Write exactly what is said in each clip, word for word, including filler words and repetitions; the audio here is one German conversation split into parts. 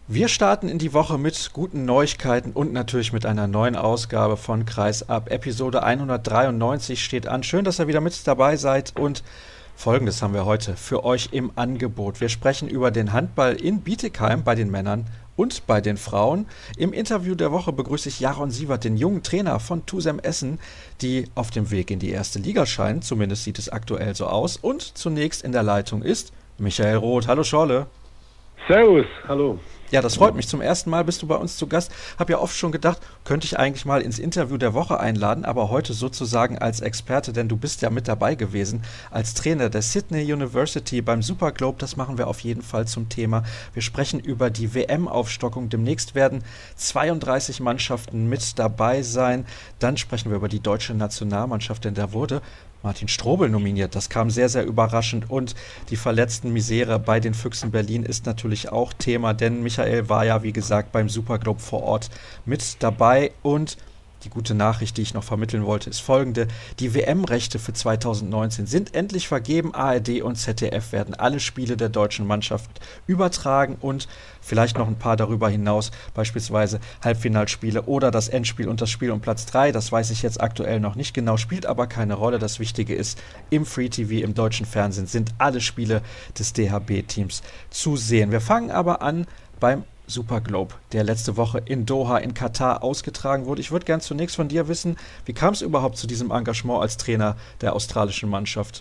Wir starten in die Woche mit guten Neuigkeiten und natürlich mit einer neuen Ausgabe von Kreisab. Episode hundertdreiundneunzig steht an. Schön, dass ihr wieder mit dabei seid und Folgendes haben wir heute für euch im Angebot. Wir sprechen über den Handball in Bietigheim bei den Männern und bei den Frauen. Im Interview der Woche begrüße ich Jaron Sievert, den jungen Trainer von Tusem Essen, die auf dem Weg in die erste Liga scheinen. Zumindest sieht es aktuell so aus. Und zunächst in der Leitung ist Michael Roth. Hallo Schorle. Servus, hallo. Ja, das freut mich. Zum ersten Mal bist du bei uns zu Gast. Hab ja oft schon gedacht, könnte ich eigentlich mal ins Interview der Woche einladen, aber heute sozusagen als Experte, denn du bist ja mit dabei gewesen als Trainer der Sydney University beim Super Globe. Das machen wir auf jeden Fall zum Thema. Wir sprechen über die W M-Aufstockung. Demnächst werden zweiunddreißig Mannschaften mit dabei sein. Dann sprechen wir über die deutsche Nationalmannschaft, denn da wurde Martin Strobel nominiert. Das kam sehr, sehr überraschend. Und die verletzten Misere bei den Füchsen Berlin ist natürlich auch Thema, denn Michael war ja, wie gesagt, beim Superglobe vor Ort mit dabei. Und die gute Nachricht, die ich noch vermitteln wollte, ist folgende. Die W M-Rechte für zweitausendneunzehn sind endlich vergeben. A R D und Z D F werden alle Spiele der deutschen Mannschaft übertragen und vielleicht noch ein paar darüber hinaus, beispielsweise Halbfinalspiele oder das Endspiel und das Spiel um Platz drei. Das weiß ich jetzt aktuell noch nicht genau, spielt aber keine Rolle. Das Wichtige ist, im Free T V, im deutschen Fernsehen sind alle Spiele des D H B-Teams zu sehen. Wir fangen aber an beim Super Globe, der letzte Woche in Doha in Katar ausgetragen wurde. Ich würde gern zunächst von dir wissen, wie kam es überhaupt zu diesem Engagement als Trainer der australischen Mannschaft?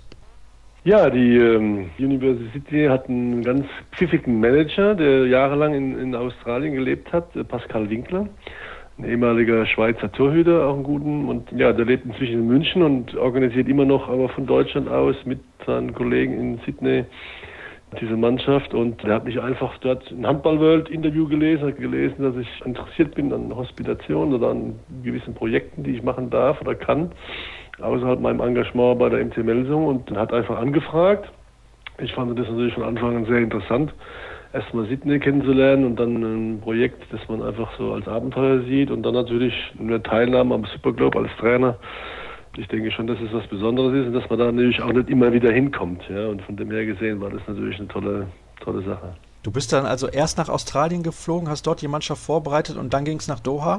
Ja, die ähm, University hat einen ganz pfiffigen Manager, der jahrelang in, in Australien gelebt hat, Pascal Winkler, ein ehemaliger Schweizer Torhüter, auch einen guten. Und ja, der lebt inzwischen in München und organisiert immer noch, aber von Deutschland aus mit seinen Kollegen in Sydney diese Mannschaft, und er hat mich einfach dort ein Handball-World-Interview gelesen, hat gelesen, dass ich interessiert bin an Hospitation oder an gewissen Projekten, die ich machen darf oder kann, außerhalb meinem Engagement bei der M T Melsung, und hat einfach angefragt. Ich fand das natürlich von Anfang an sehr interessant, erstmal Sydney kennenzulernen und dann ein Projekt, das man einfach so als Abenteuer sieht, und dann natürlich eine Teilnahme am Super Globe als Trainer. Ich denke schon, dass es was Besonderes ist und dass man da natürlich auch nicht immer wieder hinkommt. Ja? Und von dem her gesehen war das natürlich eine tolle, tolle Sache. Du bist dann also erst nach Australien geflogen, hast dort die Mannschaft vorbereitet und dann ging es nach Doha?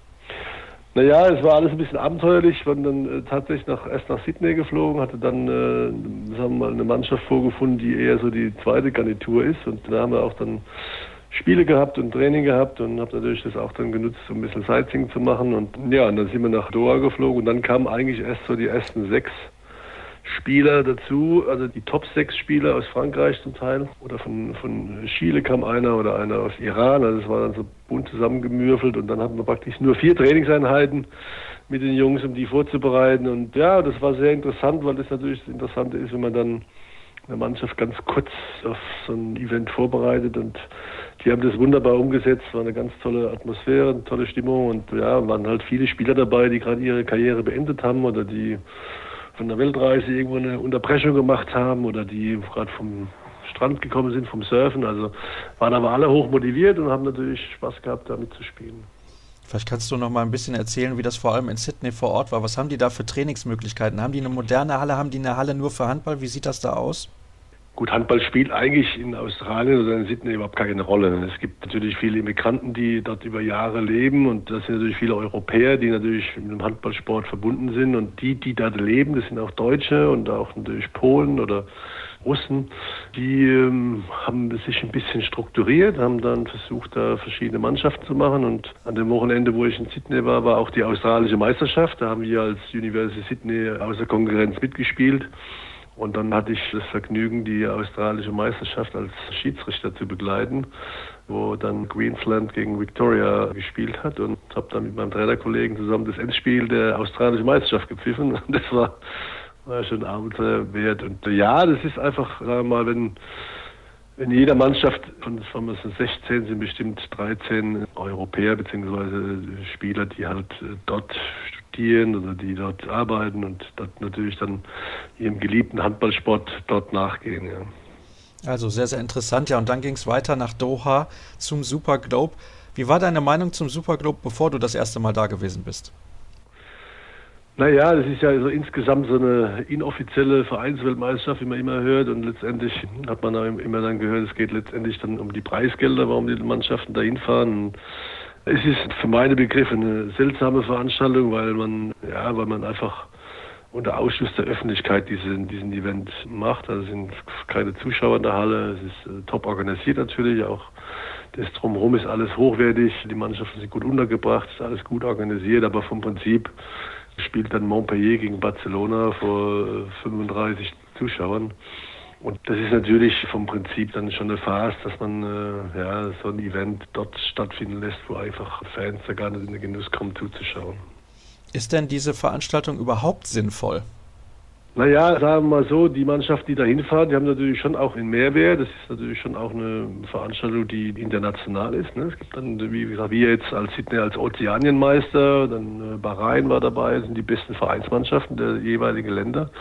Naja, es war alles ein bisschen abenteuerlich. Ich war dann äh, tatsächlich nach, erst nach Sydney geflogen, hatte dann äh, sagen wir mal, eine Mannschaft vorgefunden, die eher so die zweite Garnitur ist. Und da haben wir auch dann Spiele gehabt und Training gehabt und habe natürlich das auch dann genutzt, um ein bisschen Sightseeing zu machen. Und ja, und dann sind wir nach Doha geflogen und dann kamen eigentlich erst so die ersten sechs Spieler dazu, also die Top sechs Spieler aus Frankreich zum Teil. Oder von, von Chile kam einer oder einer aus Iran. Also es war dann so bunt zusammengemürfelt, und dann hatten wir praktisch nur vier Trainingseinheiten mit den Jungs, um die vorzubereiten. Und ja, das war sehr interessant, weil das natürlich das Interessante ist, wenn man dann eine Mannschaft ganz kurz auf so ein Event vorbereitet, und die haben das wunderbar umgesetzt, war eine ganz tolle Atmosphäre, eine tolle Stimmung, und ja, waren halt viele Spieler dabei, die gerade ihre Karriere beendet haben oder die von der Weltreise irgendwo eine Unterbrechung gemacht haben oder die gerade vom Strand gekommen sind, vom Surfen, also waren aber alle hoch motiviert und haben natürlich Spaß gehabt, da mitzuspielen. Vielleicht kannst du noch mal ein bisschen erzählen, wie das vor allem in Sydney vor Ort war. Was haben die da für Trainingsmöglichkeiten? Haben die eine moderne Halle? Haben die eine Halle nur für Handball? Wie sieht das da aus? Gut, Handball spielt eigentlich in Australien oder in Sydney überhaupt keine Rolle. Es gibt natürlich viele Immigranten, die dort über Jahre leben, und das sind natürlich viele Europäer, die natürlich mit dem Handballsport verbunden sind, und die, die dort leben, das sind auch Deutsche und auch natürlich Polen oder Russen, die ähm, haben sich ein bisschen strukturiert, haben dann versucht, da verschiedene Mannschaften zu machen, und an dem Wochenende, wo ich in Sydney war, war auch die australische Meisterschaft. Da haben wir als University Sydney außer Konkurrenz mitgespielt. Und dann hatte ich das Vergnügen, die australische Meisterschaft als Schiedsrichter zu begleiten, wo dann Queensland gegen Victoria gespielt hat, und habe dann mit meinem Trainerkollegen zusammen das Endspiel der australischen Meisterschaft gepfiffen. Und das war, war schon Abenteuer wert. Und ja, das ist einfach, sagen wir mal, wenn in jeder Mannschaft von, von sechzehn sind bestimmt dreizehn Europäer bzw. Spieler, die halt dort studieren oder die dort arbeiten und dort natürlich dann ihrem geliebten Handballsport dort nachgehen. Ja. Also sehr, sehr interessant. Ja, und dann ging es weiter nach Doha zum Super Globe. Wie war deine Meinung zum Super Globe, bevor du das erste Mal da gewesen bist? Naja, das ist ja so insgesamt so eine inoffizielle Vereinsweltmeisterschaft, wie man immer hört. Und letztendlich hat man immer dann gehört, es geht letztendlich dann um die Preisgelder, warum die Mannschaften dahin fahren. Es ist für meine Begriffe eine seltsame Veranstaltung, weil man, ja, weil man einfach unter Ausschluss der Öffentlichkeit diesen, diesen Event macht. Also es sind keine Zuschauer in der Halle, es ist äh, top organisiert natürlich, auch das Drumherum ist alles hochwertig, die Mannschaften sind gut untergebracht, ist alles gut organisiert, aber vom Prinzip spielt dann Montpellier gegen Barcelona vor fünfunddreißig Zuschauern. Und das ist natürlich vom Prinzip dann schon eine Farce, dass man äh, ja, so ein Event dort stattfinden lässt, wo einfach Fans da gar nicht in den Genuss kommen zuzuschauen. Ist denn diese Veranstaltung überhaupt sinnvoll? Naja, sagen wir mal so, die Mannschaften, die da hinfahren, die haben natürlich schon auch einen Mehrwert. Das ist natürlich schon auch eine Veranstaltung, die international ist. Ne? Es gibt dann, wie gesagt, wir jetzt als Sydney als Ozeanienmeister, dann Bahrain war dabei, das sind die besten Vereinsmannschaften der jeweiligen Länder,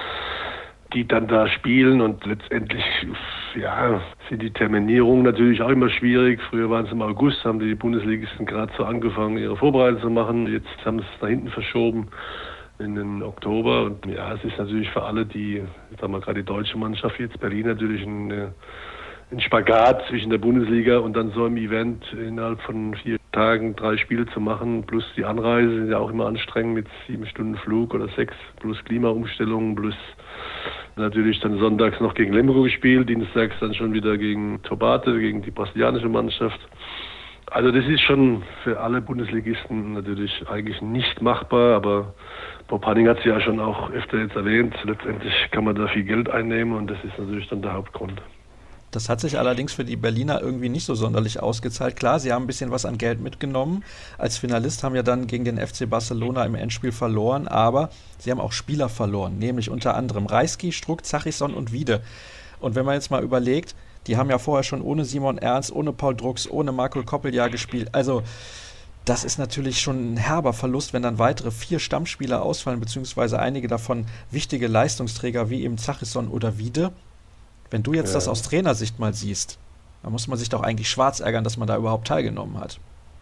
die dann da spielen, und letztendlich ja, sind die Terminierungen natürlich auch immer schwierig. Früher waren es im August, haben die Bundesligisten gerade so angefangen, ihre Vorbereitung zu machen. Jetzt haben sie es nach hinten verschoben in den Oktober. Und ja, es ist natürlich für alle, die, ich sag mal, gerade die deutsche Mannschaft, jetzt Berlin natürlich ein, ein Spagat zwischen der Bundesliga und dann so einem Event innerhalb von vier Tagen drei Spiele zu machen, plus die Anreise sind ja auch immer anstrengend mit sieben Stunden Flug oder sechs, plus Klimaumstellungen, plus natürlich dann sonntags noch gegen Lemgo gespielt, dienstags dann schon wieder gegen Tobate, gegen die brasilianische Mannschaft. Also das ist schon für alle Bundesligisten natürlich eigentlich nicht machbar, aber Bob Hanning hat es ja schon auch öfter jetzt erwähnt, letztendlich kann man da viel Geld einnehmen und das ist natürlich dann der Hauptgrund. Das hat sich allerdings für die Berliner irgendwie nicht so sonderlich ausgezahlt. Klar, sie haben ein bisschen was an Geld mitgenommen. Als Finalist haben ja dann gegen den F C Barcelona im Endspiel verloren, aber sie haben auch Spieler verloren, nämlich unter anderem Reisky, Struck, Zachisson und Wiede. Und wenn man jetzt mal überlegt, die haben ja vorher schon ohne Simon Ernst, ohne Paul Drucks, ohne Marco Koppeljahr gespielt. Also das ist natürlich schon ein herber Verlust, wenn dann weitere vier Stammspieler ausfallen, beziehungsweise einige davon wichtige Leistungsträger wie eben Zachisson oder Wiede. Wenn du jetzt ja. das aus Trainersicht mal siehst, dann muss man sich doch eigentlich schwarz ärgern, dass man da überhaupt teilgenommen hat.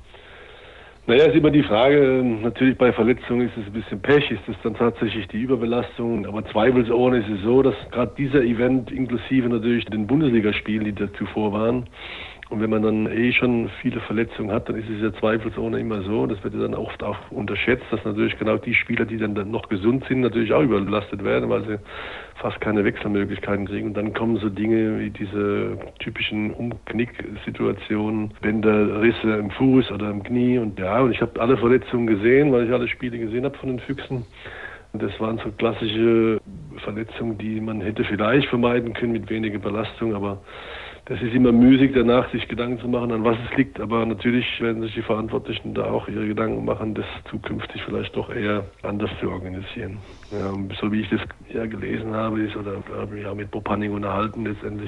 Naja, ist immer die Frage, natürlich bei Verletzungen ist es ein bisschen Pech, ist es dann tatsächlich die Überbelastung, aber zweifelsohne ist es so, dass gerade dieser Event inklusive natürlich den Bundesligaspielen, die da zuvor waren, und wenn man dann eh schon viele Verletzungen hat, dann ist es ja zweifelsohne immer so, das wird ja dann oft auch unterschätzt, dass natürlich genau die Spieler, die dann, dann noch gesund sind, natürlich auch überlastet werden, weil sie fast keine Wechselmöglichkeiten kriegen. Und dann kommen so Dinge wie diese typischen Umknick-Situationen, Bänderrisse im Fuß oder im Knie. Und ja, und ich habe alle Verletzungen gesehen, weil ich alle Spiele gesehen habe von den Füchsen. Und das waren so klassische Verletzungen, die man hätte vielleicht vermeiden können mit weniger Belastung, aber das ist immer müßig, danach sich Gedanken zu machen, an was es liegt. Aber natürlich werden sich die Verantwortlichen da auch ihre Gedanken machen, das zukünftig vielleicht doch eher anders zu organisieren. Ja, so wie ich das ja gelesen habe, ist, oder habe mich auch mit Bob Hanning unterhalten, letztendlich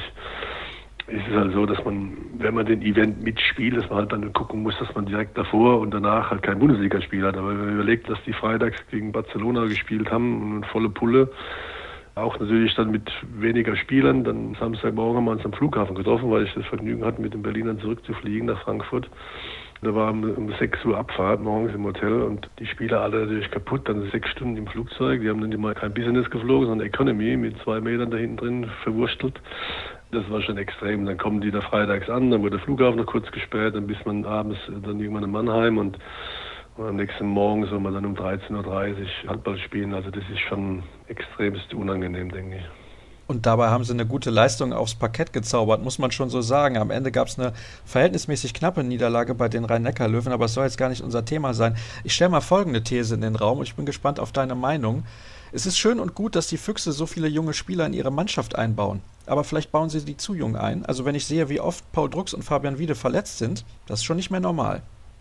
ist es halt so, dass man, wenn man den Event mitspielt, dass man halt dann gucken muss, dass man direkt davor und danach halt kein Bundesligaspiel hat. Aber wenn man überlegt, dass die freitags gegen Barcelona gespielt haben und volle Pulle, auch natürlich dann mit weniger Spielern. Dann Samstagmorgen haben wir uns am Flughafen getroffen, weil ich das Vergnügen hatte, mit den Berlinern zurückzufliegen nach Frankfurt. Da war um, um sechs Uhr Abfahrt morgens im Hotel und die Spieler alle natürlich kaputt. Dann sechs Stunden im Flugzeug. Die haben dann mal kein Business geflogen, sondern Economy mit zwei Metern da hinten drin verwurstelt. Das war schon extrem. Dann kommen die da freitags an, dann wurde der Flughafen noch kurz gesperrt, dann bis man abends dann irgendwann in Mannheim und Und am nächsten Morgen soll man dann um dreizehn Uhr dreißig Handball spielen. Also das ist schon extremst unangenehm, denke ich. Und dabei haben sie eine gute Leistung aufs Parkett gezaubert, muss man schon so sagen. Am Ende gab es eine verhältnismäßig knappe Niederlage bei den Rhein-Neckar-Löwen, aber es soll jetzt gar nicht unser Thema sein. Ich stelle mal folgende These in den Raum und ich bin gespannt auf deine Meinung. Es ist schön und gut, dass die Füchse so viele junge Spieler in ihre Mannschaft einbauen. Aber vielleicht bauen sie die zu jung ein. Also wenn ich sehe, wie oft Paul Drucks und Fabian Wiede verletzt sind, das ist schon nicht mehr normal.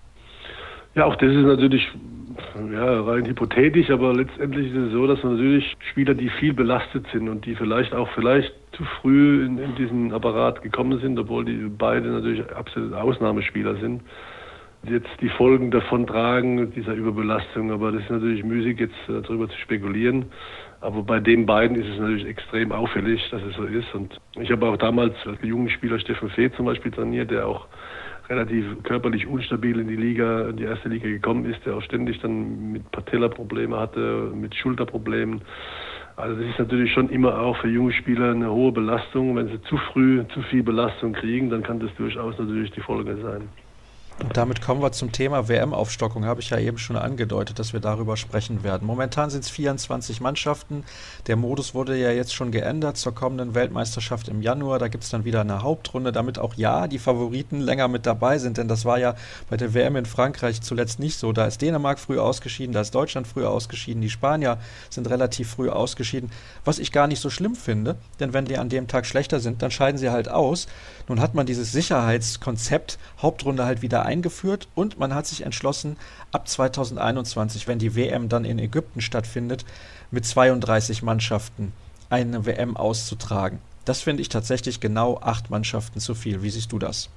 Ja, auch das ist natürlich ja, rein hypothetisch, aber letztendlich ist es so, dass natürlich Spieler, die viel belastet sind und die vielleicht auch vielleicht zu früh in, in diesen Apparat gekommen sind, obwohl die beide natürlich absolute Ausnahmespieler sind, jetzt die Folgen davon tragen, dieser Überbelastung. Aber das ist natürlich müßig, jetzt darüber zu spekulieren. Aber bei den beiden ist es natürlich extrem auffällig, dass es so ist. Und ich habe auch damals als jungen Spieler Steffen Fee zum Beispiel trainiert, der auch relativ körperlich unstabil in die Liga, in die erste Liga gekommen ist, der auch ständig dann mit Patella-Probleme hatte, mit Schulterproblemen. Also das ist natürlich schon immer auch für junge Spieler eine hohe Belastung. Wenn sie zu früh zu viel Belastung kriegen, dann kann das durchaus natürlich die Folge sein. Und damit kommen wir zum Thema W M-Aufstockung, habe ich ja eben schon angedeutet, dass wir darüber sprechen werden. Momentan sind es vierundzwanzig Mannschaften. Der Modus wurde ja jetzt schon geändert zur kommenden Weltmeisterschaft im Januar. Da gibt es dann wieder eine Hauptrunde, damit auch ja die Favoriten länger mit dabei sind. Denn das war ja bei der W M in Frankreich zuletzt nicht so. Da ist Dänemark früh ausgeschieden, da ist Deutschland früh ausgeschieden, die Spanier sind relativ früh ausgeschieden. Was ich gar nicht so schlimm finde, denn wenn die an dem Tag schlechter sind, dann scheiden sie halt aus. Nun hat man dieses Sicherheitskonzept Hauptrunde halt wieder eingeführt und man hat sich entschlossen, ab zweitausendeinundzwanzig, wenn die W M dann in Ägypten stattfindet, mit zweiunddreißig Mannschaften eine W M auszutragen. Das finde ich tatsächlich genau acht Mannschaften zu viel. Wie siehst du das?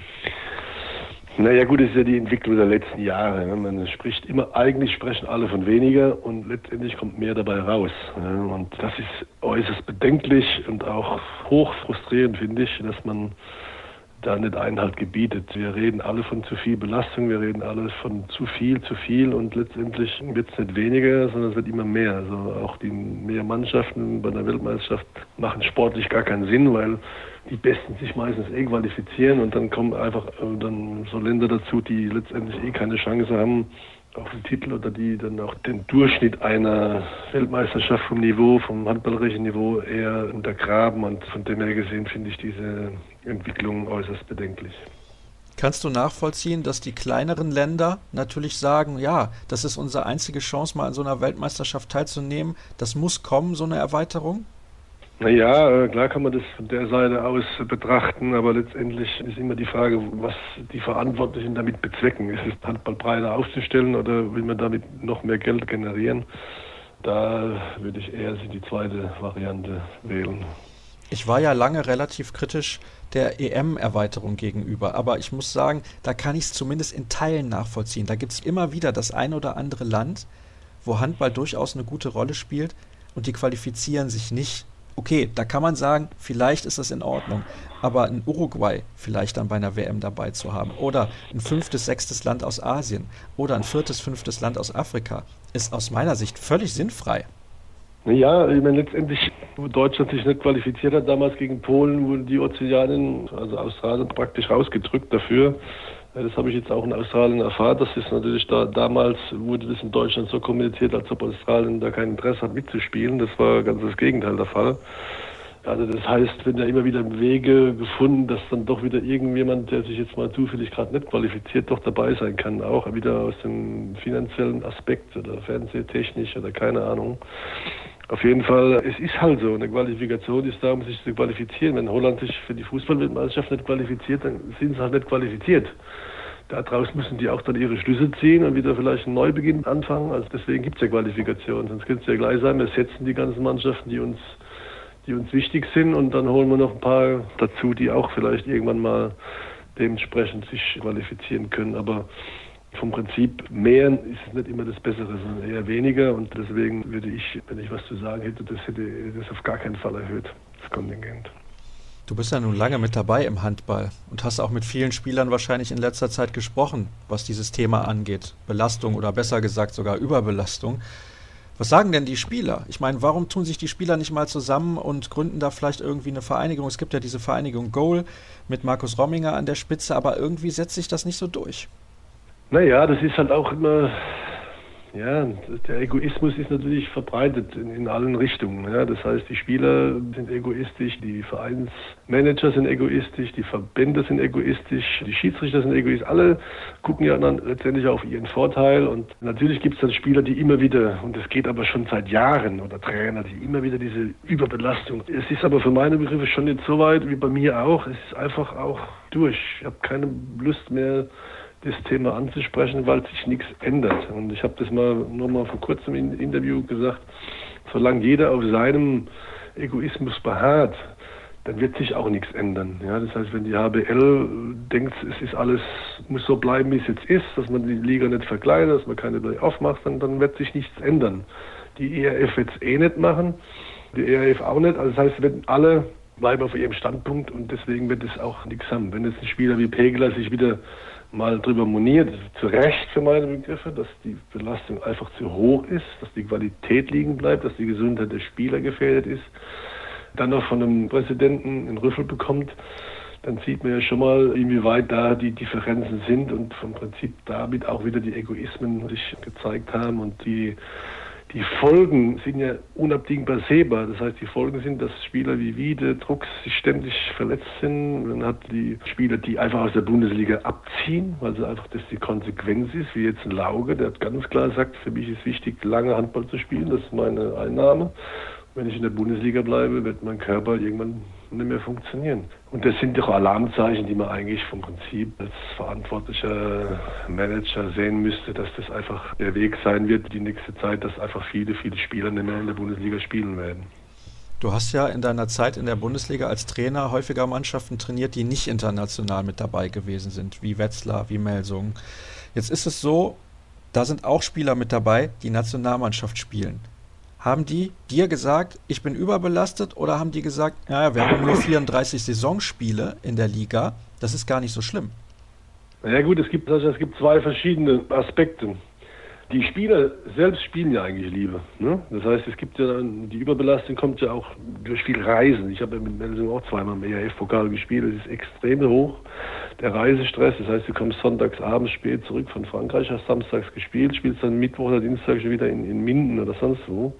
Naja gut, das ist ja die Entwicklung der letzten Jahre. Man spricht immer, eigentlich sprechen alle von weniger und letztendlich kommt mehr dabei raus. Und das ist äußerst bedenklich und auch hoch frustrierend, finde ich, dass man da nicht Einhalt gebietet. Wir reden alle von zu viel Belastung, wir reden alle von zu viel, zu viel und letztendlich wird es nicht weniger, sondern es wird immer mehr. Also auch die mehr Mannschaften bei der Weltmeisterschaft machen sportlich gar keinen Sinn, weil die Besten sich meistens eh qualifizieren und dann kommen einfach dann so Länder dazu, die letztendlich eh keine Chance haben auf den Titel oder die dann auch den Durchschnitt einer Weltmeisterschaft vom Niveau, vom handballerischen Niveau eher untergraben und von dem her gesehen finde ich diese Entwicklung äußerst bedenklich. Kannst du nachvollziehen, dass die kleineren Länder natürlich sagen, ja, das ist unsere einzige Chance, mal an so einer Weltmeisterschaft teilzunehmen, das muss kommen, so eine Erweiterung? Naja, klar kann man das von der Seite aus betrachten, aber letztendlich ist immer die Frage, was die Verantwortlichen damit bezwecken. Ist es Handball breiter aufzustellen oder will man damit noch mehr Geld generieren? Da würde ich eher die zweite Variante wählen. Ich war ja lange relativ kritisch der E M-Erweiterung gegenüber, aber ich muss sagen, da kann ich es zumindest in Teilen nachvollziehen. Da gibt es immer wieder das ein oder andere Land, wo Handball durchaus eine gute Rolle spielt und die qualifizieren sich nicht. Okay, da kann man sagen, vielleicht ist das in Ordnung, aber ein Uruguay vielleicht dann bei einer W M dabei zu haben oder ein fünftes, sechstes Land aus Asien oder ein viertes, fünftes Land aus Afrika ist aus meiner Sicht völlig sinnfrei. Ja, ich meine letztendlich, wo Deutschland sich nicht qualifiziert hat, damals gegen Polen, wurden die Ozeanen, also Australien, praktisch rausgedrückt dafür. Das habe ich jetzt auch in Australien erfahren. Das ist natürlich da, damals wurde das in Deutschland so kommuniziert, als ob Australien da kein Interesse hat mitzuspielen. Das war ganz das Gegenteil der Fall. Also das heißt, wenn da immer wieder Wege gefunden, dass dann doch wieder irgendjemand, der sich jetzt mal zufällig gerade nicht qualifiziert, doch dabei sein kann, auch wieder aus dem finanziellen Aspekt oder fernsehtechnisch oder keine Ahnung. Auf jeden Fall, es ist halt so, eine Qualifikation ist da, um sich zu qualifizieren. Wenn Holland sich für die Fußballweltmeisterschaft nicht qualifiziert, dann sind sie halt nicht qualifiziert. Daraus müssen die auch dann ihre Schlüsse ziehen und wieder vielleicht einen Neubeginn anfangen. Also deswegen gibt es ja Qualifikation. Sonst könnte es ja gleich sein, wir setzen die ganzen Mannschaften, die uns, die uns wichtig sind und dann holen wir noch ein paar dazu, die auch vielleicht irgendwann mal dementsprechend sich qualifizieren können. Aber vom Prinzip mehr ist es nicht immer das Bessere, sondern eher weniger. Und deswegen würde ich, wenn ich was zu sagen hätte, das hätte das auf gar keinen Fall erhöht, das Kontingent. Du bist ja nun lange mit dabei im Handball und hast auch mit vielen Spielern wahrscheinlich in letzter Zeit gesprochen, was dieses Thema angeht. Belastung oder besser gesagt sogar Überbelastung. Was sagen denn die Spieler? Ich meine, warum tun sich die Spieler nicht mal zusammen und gründen da vielleicht irgendwie eine Vereinigung? Es gibt ja diese Vereinigung Goal mit Markus Romminger an der Spitze, aber irgendwie setzt sich das nicht so durch. Naja, das ist halt auch immer, ja, der Egoismus ist natürlich verbreitet in, in allen Richtungen. Ja. Das heißt, die Spieler sind egoistisch, die Vereinsmanager sind egoistisch, die Verbände sind egoistisch, die Schiedsrichter sind egoistisch. Alle gucken ja dann letztendlich auf ihren Vorteil. Und natürlich gibt es dann Spieler, die immer wieder, und das geht aber schon seit Jahren, oder Trainer, die immer wieder diese Überbelastung. Es ist aber für meine Begriffe schon nicht so weit wie bei mir auch. Es ist einfach auch durch. Ich habe keine Lust mehr, das Thema anzusprechen, weil sich nichts ändert. Und ich habe das mal nur mal vor kurzem im Interview gesagt, solange jeder auf seinem Egoismus beharrt, dann wird sich auch nichts ändern. Ja, das heißt, wenn die H B L denkt, es ist alles, muss so bleiben, wie es jetzt ist, dass man die Liga nicht verkleinert, dass man keine Play-Off macht, dann, dann wird sich nichts ändern. Die E R F wird es eh nicht machen, die E R F auch nicht. Also das heißt, wenn alle bleiben auf ihrem Standpunkt und deswegen wird es auch nichts haben. Wenn jetzt ein Spieler wie Pegler sich wieder mal drüber moniert, zu Recht für meine Begriffe, dass die Belastung einfach zu hoch ist, dass die Qualität liegen bleibt, dass die Gesundheit der Spieler gefährdet ist, dann noch von einem Präsidenten einen Rüffel bekommt, dann sieht man ja schon mal, inwieweit da die Differenzen sind und vom Prinzip damit auch wieder die Egoismen sich gezeigt haben und die Die Folgen sind ja unabdingbar sehbar. Das heißt, die Folgen sind, dass Spieler wie Wiede, Drucks sich ständig verletzt sind. Man hat die Spieler, die einfach aus der Bundesliga abziehen, weil sie einfach das die Konsequenz ist, wie jetzt ein Lauge, der ganz klar sagt, für mich ist wichtig, lange Handball zu spielen, das ist meine Einnahme. Wenn ich in der Bundesliga bleibe, wird mein Körper irgendwann nicht mehr funktionieren. Und das sind doch Alarmzeichen, die man eigentlich vom Prinzip als verantwortlicher Manager sehen müsste, dass das einfach der Weg sein wird, die nächste Zeit, dass einfach viele, viele Spieler nicht mehr in der Bundesliga spielen werden. Du hast ja in deiner Zeit in der Bundesliga als Trainer häufiger Mannschaften trainiert, die nicht international mit dabei gewesen sind, wie Wetzlar, wie Melsungen. Jetzt ist es so, da sind auch Spieler mit dabei, die Nationalmannschaft spielen. Haben die dir gesagt, ich bin überbelastet, oder haben die gesagt, naja, wir haben nur vierunddreißig Saisonspiele in der Liga, das ist gar nicht so schlimm? Na ja gut, es gibt, es gibt zwei verschiedene Aspekte. Die Spieler selbst spielen ja eigentlich lieber. Ne? Das heißt, es gibt ja dann, die Überbelastung kommt ja auch durch viel Reisen. Ich habe ja mit Melsung auch zweimal im E R F-Pokal gespielt. Es ist extrem hoch, der Reisestress. Das heißt, du kommst sonntags abends spät zurück von Frankreich, hast samstags gespielt, spielst dann Mittwoch oder Dienstag schon wieder in, in Minden oder sonst wo.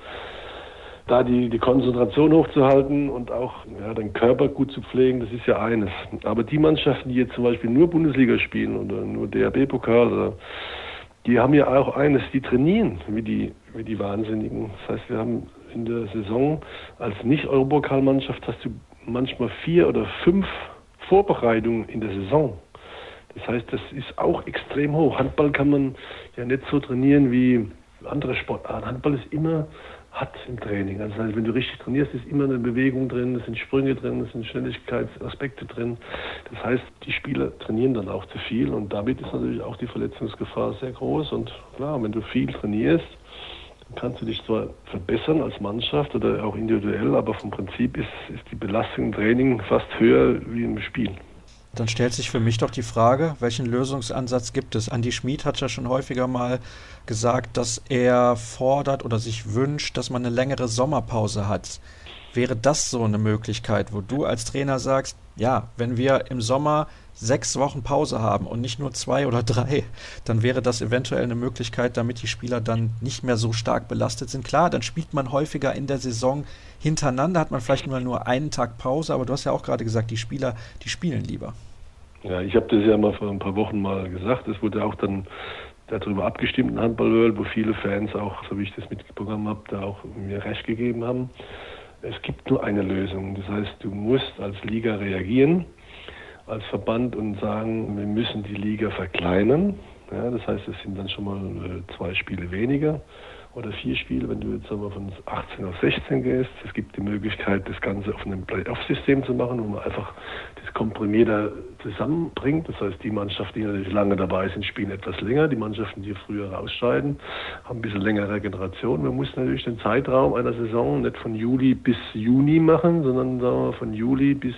Da die, die Konzentration hochzuhalten und auch ja, den Körper gut zu pflegen, das ist ja eines. Aber die Mannschaften, die jetzt zum Beispiel nur Bundesliga spielen oder nur D H B-Pokal oder die haben ja auch eines, die trainieren wie die, wie die Wahnsinnigen. Das heißt, wir haben in der Saison als Nicht-Europapokalmannschaft hast du manchmal vier oder fünf Vorbereitungen in der Saison. Das heißt, das ist auch extrem hoch. Handball kann man ja nicht so trainieren wie andere Sportarten. Handball ist immer hart im Training. Also das heißt, wenn du richtig trainierst, ist immer eine Bewegung drin, es sind Sprünge drin, es sind Schnelligkeitsaspekte drin. Das heißt, die Spieler trainieren dann auch zu viel und damit ist natürlich auch die Verletzungsgefahr sehr groß. Und klar, wenn du viel trainierst, dann kannst du dich zwar verbessern als Mannschaft oder auch individuell, aber vom Prinzip ist, ist die Belastung im Training fast höher wie im Spiel. Dann stellt sich für mich doch die Frage, welchen Lösungsansatz gibt es? Andi Schmid hat ja schon häufiger mal gesagt, dass er fordert oder sich wünscht, dass man eine längere Sommerpause hat. Wäre das so eine Möglichkeit, wo du als Trainer sagst, ja, wenn wir im Sommer sechs Wochen Pause haben und nicht nur zwei oder drei, dann wäre das eventuell eine Möglichkeit, damit die Spieler dann nicht mehr so stark belastet sind. Klar, dann spielt man häufiger in der Saison hintereinander, hat man vielleicht mal nur einen Tag Pause, aber du hast ja auch gerade gesagt, die Spieler, die spielen lieber. Ja, ich habe das ja mal vor ein paar Wochen mal gesagt, es wurde auch dann darüber abgestimmt in Handball-World, wo viele Fans auch, so wie ich das mitbekommen habe, da auch mir recht gegeben haben. Es gibt nur eine Lösung, das heißt, du musst als Liga reagieren, als Verband und sagen, wir müssen die Liga verkleinern. Ja, das heißt, es sind dann schon mal äh, zwei Spiele weniger oder vier Spiele, wenn du jetzt aber von achtzehn auf sechzehn gehst. Es gibt die Möglichkeit, das Ganze auf einem Play-Off-System zu machen, wo man einfach das komprimierter zusammenbringt. Das heißt, die Mannschaften, die natürlich lange dabei sind, spielen etwas länger. Die Mannschaften, die früher rausscheiden, haben ein bisschen längere Regeneration. Man muss natürlich den Zeitraum einer Saison nicht von Juli bis Juni machen, sondern sagen wir, von Juli bis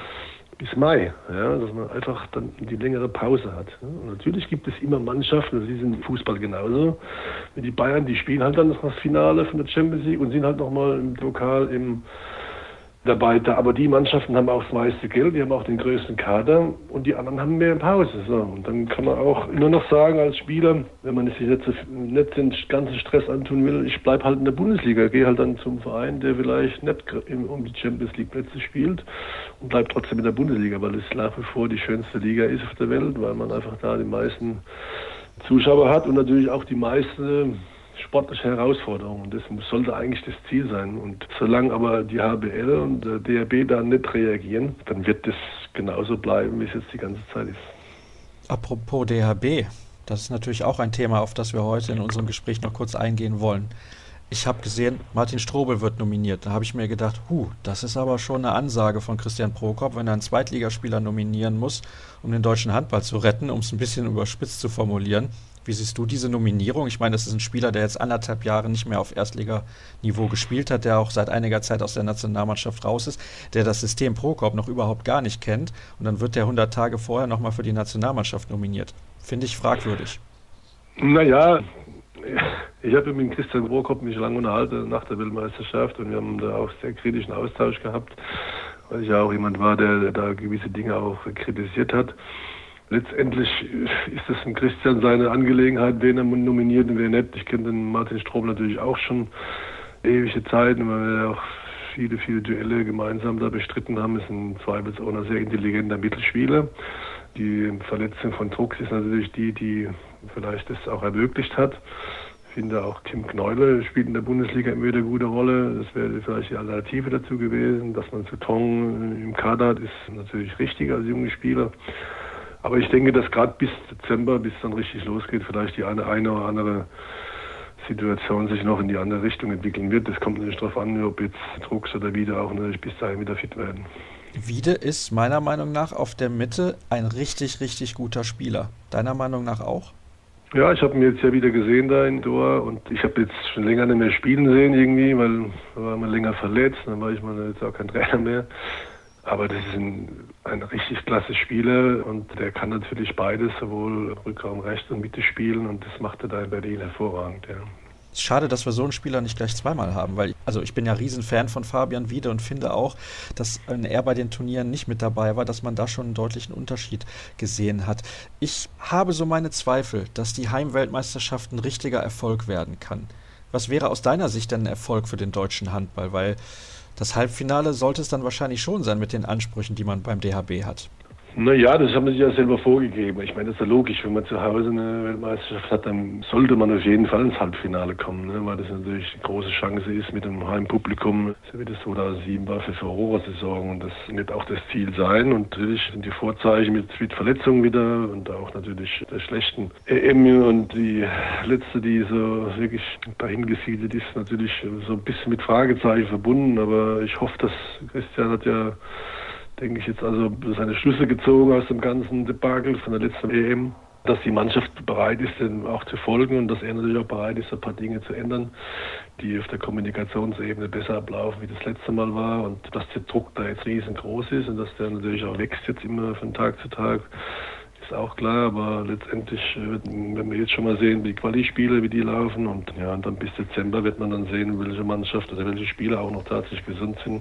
bis Mai, ja, dass man einfach dann die längere Pause hat. Und natürlich gibt es immer Mannschaften, das ist im Fußball genauso, wie die Bayern, die spielen halt dann das Finale von der Champions League und sind halt nochmal im Pokal im dabei. Da, aber die Mannschaften haben auch das meiste Geld, die haben auch den größten Kader und die anderen haben mehr Pause. So. Und dann kann man auch immer noch sagen als Spieler, wenn man sich nicht, so, nicht den ganzen Stress antun will, ich bleibe halt in der Bundesliga, gehe halt dann zum Verein, der vielleicht nicht um die Champions League Plätze spielt und bleibt trotzdem in der Bundesliga, weil es nach wie vor die schönste Liga ist auf der Welt, weil man einfach da die meisten Zuschauer hat und natürlich auch die meisten sportliche Herausforderung und das sollte eigentlich das Ziel sein. Und solange aber die H B L und der D H B da nicht reagieren, dann wird das genauso bleiben, wie es jetzt die ganze Zeit ist. Apropos D H B, das ist natürlich auch ein Thema, auf das wir heute in unserem Gespräch noch kurz eingehen wollen. Ich habe gesehen, Martin Strobel wird nominiert. Da habe ich mir gedacht, huh, das ist aber schon eine Ansage von Christian Prokop, wenn er einen Zweitligaspieler nominieren muss, um den deutschen Handball zu retten, um es ein bisschen überspitzt zu formulieren. Wie siehst du diese Nominierung? Ich meine, das ist ein Spieler, der jetzt anderthalb Jahre nicht mehr auf Erstliganiveau gespielt hat, der auch seit einiger Zeit aus der Nationalmannschaft raus ist, der das System Prokop noch überhaupt gar nicht kennt und dann wird der hundert Tage vorher nochmal für die Nationalmannschaft nominiert. Finde ich fragwürdig. Naja, ich habe mit Christian Prokop mich lange unterhalten nach der Weltmeisterschaft und wir haben da auch sehr kritischen Austausch gehabt, weil ich ja auch jemand war, der da gewisse Dinge auch kritisiert hat. Letztendlich ist das ein Christian seine Angelegenheit, wen er nominiert und wer nicht. Ich kenne den Martin Strobl natürlich auch schon ewige Zeiten, weil wir auch viele, viele Duelle gemeinsam da bestritten haben. Ist ein zweifelsohne sehr intelligenter Mittelspieler. Die Verletzung von Drucks ist natürlich die, die vielleicht das auch ermöglicht hat. Ich finde auch Tim Knäule spielt in der Bundesliga immer wieder eine gute Rolle. Das wäre vielleicht die Alternative dazu gewesen. Dass man Souton im Kader hat, ist natürlich richtig als junger Spieler. Aber ich denke, dass gerade bis Dezember, bis dann richtig losgeht, vielleicht die eine, eine oder andere Situation sich noch in die andere Richtung entwickeln wird. Das kommt natürlich darauf an, ob jetzt Drucks oder Wiede auch natürlich bis dahin wieder fit werden. Wiede ist meiner Meinung nach auf der Mitte ein richtig, richtig guter Spieler. Deiner Meinung nach auch? Ja, ich habe ihn jetzt ja wieder gesehen da in Doha und ich habe jetzt schon länger nicht mehr spielen sehen irgendwie, weil da war man länger verletzt, dann war ich mal jetzt auch kein Trainer mehr. Aber das ist ein, ein richtig klasse Spieler und der kann natürlich beides, sowohl Rückraum rechts und Mitte spielen und das macht er da in Berlin hervorragend, ja. Schade, dass wir so einen Spieler nicht gleich zweimal haben, weil also ich bin ja Riesenfan von Fabian Wiede und finde auch, dass wenn er bei den Turnieren nicht mit dabei war, dass man da schon einen deutlichen Unterschied gesehen hat. Ich habe so meine Zweifel, dass die Heimweltmeisterschaft ein richtiger Erfolg werden kann. Was wäre aus deiner Sicht denn ein Erfolg für den deutschen Handball? Weil das Halbfinale sollte es dann wahrscheinlich schon sein mit den Ansprüchen, die man beim D H B hat. Naja, das haben wir sich ja selber vorgegeben. Ich meine, das ist ja logisch, wenn man zu Hause eine Weltmeisterschaft hat, dann sollte man auf jeden Fall ins Halbfinale kommen, ne? Weil das natürlich eine große Chance ist mit dem Heimpublikum, so wie das zweitausendsieben war für Furore-Saison und das wird auch das Ziel sein. Und natürlich sind die Vorzeichen mit, mit Verletzungen wieder und auch natürlich der schlechten E M und die letzte, die so wirklich dahin gesiedelt ist, natürlich so ein bisschen mit Fragezeichen verbunden. Aber ich hoffe, dass Christian hat ja denke ich jetzt also seine Schlüsse gezogen aus dem ganzen Debakel von der letzten E M, dass die Mannschaft bereit ist, dem auch zu folgen und dass er natürlich auch bereit ist, ein paar Dinge zu ändern, die auf der Kommunikationsebene besser ablaufen, wie das letzte Mal war und dass der Druck da jetzt riesengroß ist und dass der natürlich auch wächst jetzt immer von Tag zu Tag, ist auch klar, aber letztendlich, wenn wir jetzt schon mal sehen, wie Quali-Spiele, wie die laufen und ja, und dann bis Dezember wird man dann sehen, welche Mannschaft oder welche Spieler auch noch tatsächlich gesund sind,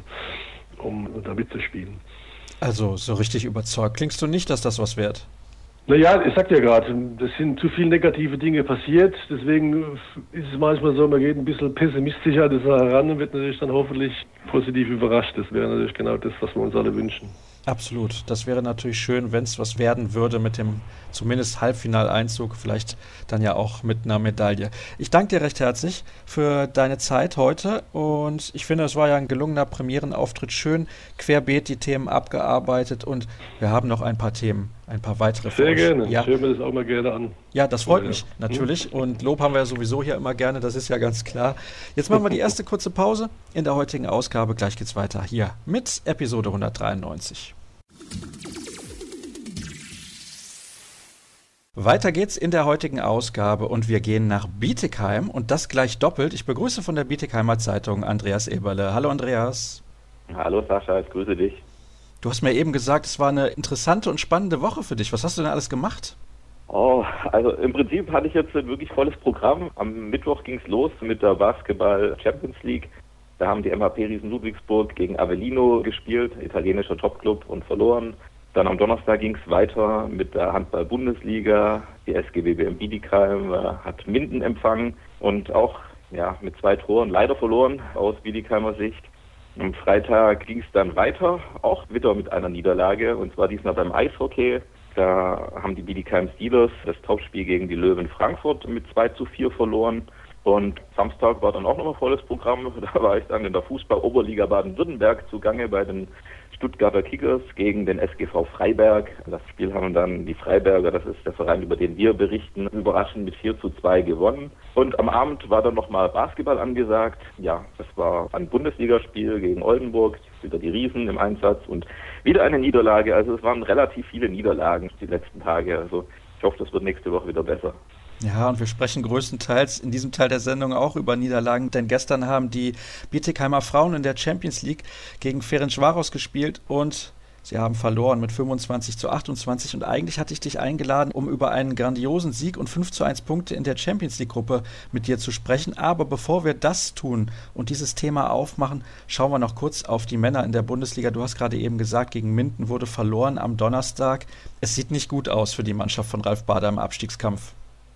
um da mitzuspielen. Also so richtig überzeugt klingst du nicht, dass das was wird? Naja, ich sag ja gerade, es sind zu viele negative Dinge passiert, deswegen ist es manchmal so, man geht ein bisschen pessimistischer an die Sache ran und wird natürlich dann hoffentlich positiv überrascht. Das wäre natürlich genau das, was wir uns alle wünschen. Absolut. Das wäre natürlich schön, wenn es was werden würde mit dem zumindest Halbfinaleinzug, vielleicht dann ja auch mit einer Medaille. Ich danke dir recht herzlich für deine Zeit heute und ich finde, es war ja ein gelungener Premierenauftritt, schön querbeet die Themen abgearbeitet und wir haben noch ein paar Themen, ein paar weitere für Sehr euch. gerne, ja. Ich höre mir das auch mal gerne an. Ja, das freut ja, mich ja. natürlich und Lob haben wir ja sowieso hier immer gerne, das ist ja ganz klar. Jetzt machen wir die erste kurze Pause in der heutigen Ausgabe, gleich geht's weiter hier mit Episode hundertdreiundneunzig. Weiter geht's in der heutigen Ausgabe und wir gehen nach Bietigheim und das gleich doppelt. Ich begrüße von der Bietigheimer Zeitung Andreas Eberle. Hallo Andreas. Hallo Sascha, ich grüße dich. Du hast mir eben gesagt, es war eine interessante und spannende Woche für dich. Was hast du denn alles gemacht? Oh, also im Prinzip hatte ich jetzt ein wirklich volles Programm. Am Mittwoch ging's los mit der Basketball Champions League. Da haben die M H P Riesen Ludwigsburg gegen Avellino gespielt, italienischer Topclub, und verloren. Dann am Donnerstag ging es weiter mit der Handball-Bundesliga. Die S G B B M Bietigheim äh, hat Minden empfangen und auch ja, mit zwei Toren leider verloren aus Bietigheimer Sicht. Am Freitag ging es dann weiter, auch wieder mit einer Niederlage, und zwar diesmal beim Eishockey. Da haben die Bietigheim Steelers das Topspiel gegen die Löwen Frankfurt mit zwei zu vier verloren. Und Samstag war dann auch noch ein volles Programm. Da war ich dann in der Fußball-Oberliga Baden-Württemberg zugange bei den Stuttgarter Kickers gegen den S G V Freiberg. Das Spiel haben dann die Freiberger, das ist der Verein, über den wir berichten, überraschend mit vier zu zwei gewonnen. Und am Abend war dann nochmal Basketball angesagt. Ja, das war ein Bundesligaspiel gegen Oldenburg, wieder die Riesen im Einsatz und wieder eine Niederlage. Also es waren relativ viele Niederlagen die letzten Tage. Also ich hoffe, das wird nächste Woche wieder besser. Ja, und wir sprechen größtenteils in diesem Teil der Sendung auch über Niederlagen, denn gestern haben die Bietigheimer Frauen in der Champions League gegen Ferencváros gespielt und sie haben verloren mit fünfundzwanzig zu achtundzwanzig und eigentlich hatte ich dich eingeladen, um über einen grandiosen Sieg und fünf zu eins Punkte in der Champions League Gruppe mit dir zu sprechen. Aber bevor wir das tun und dieses Thema aufmachen, schauen wir noch kurz auf die Männer in der Bundesliga. Du hast gerade eben gesagt, gegen Minden wurde verloren am Donnerstag. Es sieht nicht gut aus für die Mannschaft von Ralf Bader im Abstiegskampf.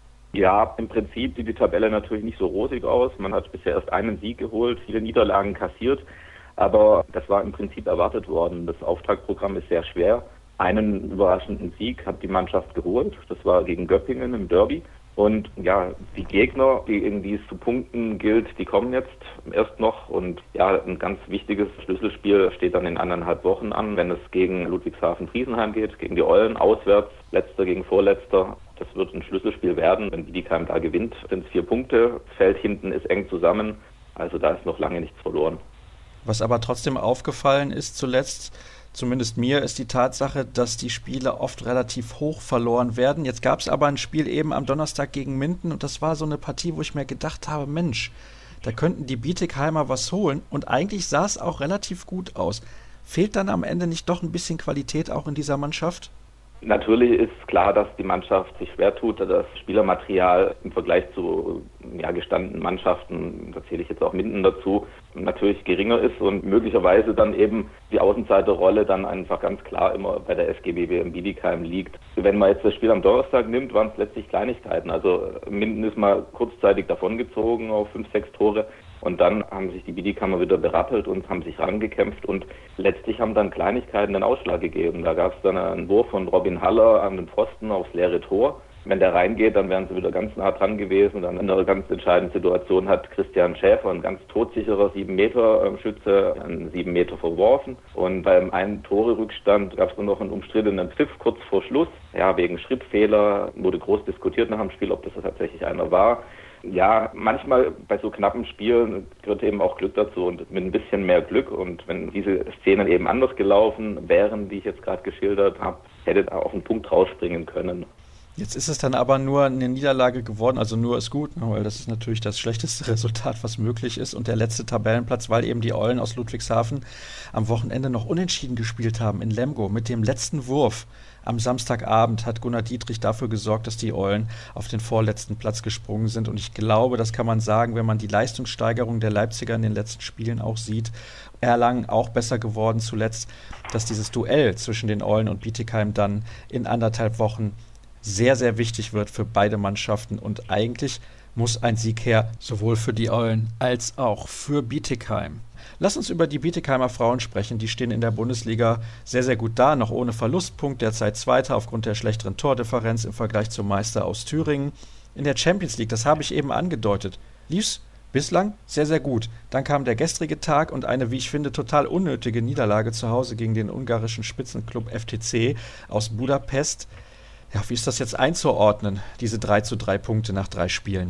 Ja, im Prinzip sieht die Tabelle natürlich nicht so rosig aus. Man hat bisher erst einen Sieg geholt, viele Niederlagen kassiert. Aber das war im Prinzip erwartet worden. Das Auftaktprogramm ist sehr schwer. Einen überraschenden Sieg hat die Mannschaft geholt. Das war gegen Göppingen im Derby. Und ja, die Gegner, gegen die es zu punkten gilt, die kommen jetzt erst noch. Und ja, ein ganz wichtiges Schlüsselspiel steht dann in anderthalb Wochen an, wenn es gegen Ludwigshafen-Friesenheim geht, gegen die Eulen, auswärts, letzter gegen vorletzter. Das wird ein Schlüsselspiel werden. Wenn Bietigheim da gewinnt, sind es vier Punkte. Das Feld hinten ist eng zusammen. Also da ist noch lange nichts verloren. Was aber trotzdem aufgefallen ist zuletzt, zumindest mir, ist die Tatsache, dass die Spiele oft relativ hoch verloren werden. Jetzt gab es aber ein Spiel eben am Donnerstag gegen Minden und das war so eine Partie, wo ich mir gedacht habe, Mensch, da könnten die Bietigheimer was holen und eigentlich sah es auch relativ gut aus. Fehlt dann am Ende nicht doch ein bisschen Qualität auch in dieser Mannschaft? Natürlich ist klar, dass die Mannschaft sich schwer tut, dass das Spielermaterial im Vergleich zu ja, gestandenen Mannschaften, da zähle ich jetzt auch Minden dazu, natürlich geringer ist und möglicherweise dann eben die Außenseiterrolle dann einfach ganz klar immer bei der S G B W in Bietigheim liegt. Wenn man jetzt das Spiel am Donnerstag nimmt, waren es letztlich Kleinigkeiten. Also Minden ist mal kurzzeitig davongezogen auf fünf, sechs Tore. Und dann haben sich die Bietigheimer wieder berappelt und haben sich rangekämpft und letztlich haben dann Kleinigkeiten den Ausschlag gegeben. Da gab es dann einen Wurf von Robin Haller an den Pfosten aufs leere Tor. Wenn der reingeht, dann wären sie wieder ganz nah dran gewesen. Dann in einer ganz entscheidenden Situation hat Christian Schäfer, ein ganz todsicherer sieben Meter Schütze, einen sieben Meter verworfen. Und beim einen Tore-Rückstand gab es nur noch einen umstrittenen Pfiff kurz vor Schluss. Ja, wegen Schrittfehler wurde groß diskutiert nach dem Spiel, ob das tatsächlich einer war. Ja, manchmal bei so knappen Spielen gehört eben auch Glück dazu und mit ein bisschen mehr Glück. Und wenn diese Szenen eben anders gelaufen wären, die ich jetzt gerade geschildert habe, hätte da auch ein Punkt rausspringen können. Jetzt ist es dann aber nur eine Niederlage geworden, also nur ist gut, weil das ist natürlich das schlechteste Resultat, was möglich ist. Und der letzte Tabellenplatz, weil eben die Eulen aus Ludwigshafen am Wochenende noch unentschieden gespielt haben in Lemgo. Mit dem letzten Wurf am Samstagabend hat Gunnar Dietrich dafür gesorgt, dass die Eulen auf den vorletzten Platz gesprungen sind. Und ich glaube, das kann man sagen, wenn man die Leistungssteigerung der Leipziger in den letzten Spielen auch sieht. Erlangen auch besser geworden zuletzt, dass dieses Duell zwischen den Eulen und Bietigheim dann in anderthalb Wochen sehr, sehr wichtig wird für beide Mannschaften und eigentlich muss ein Sieg her, sowohl für die Eulen als auch für Bietigheim. Lass uns über die Bietigheimer Frauen sprechen, die stehen in der Bundesliga sehr, sehr gut da, noch ohne Verlustpunkt, derzeit Zweiter aufgrund der schlechteren Tordifferenz im Vergleich zum Meister aus Thüringen. In der Champions League, das habe ich eben angedeutet, lief's bislang sehr, sehr gut. Dann kam der gestrige Tag und eine, wie ich finde, total unnötige Niederlage zu Hause gegen den ungarischen Spitzenklub F T C aus Budapest. Ja, wie ist das jetzt einzuordnen, diese drei zu drei Punkte nach drei Spielen?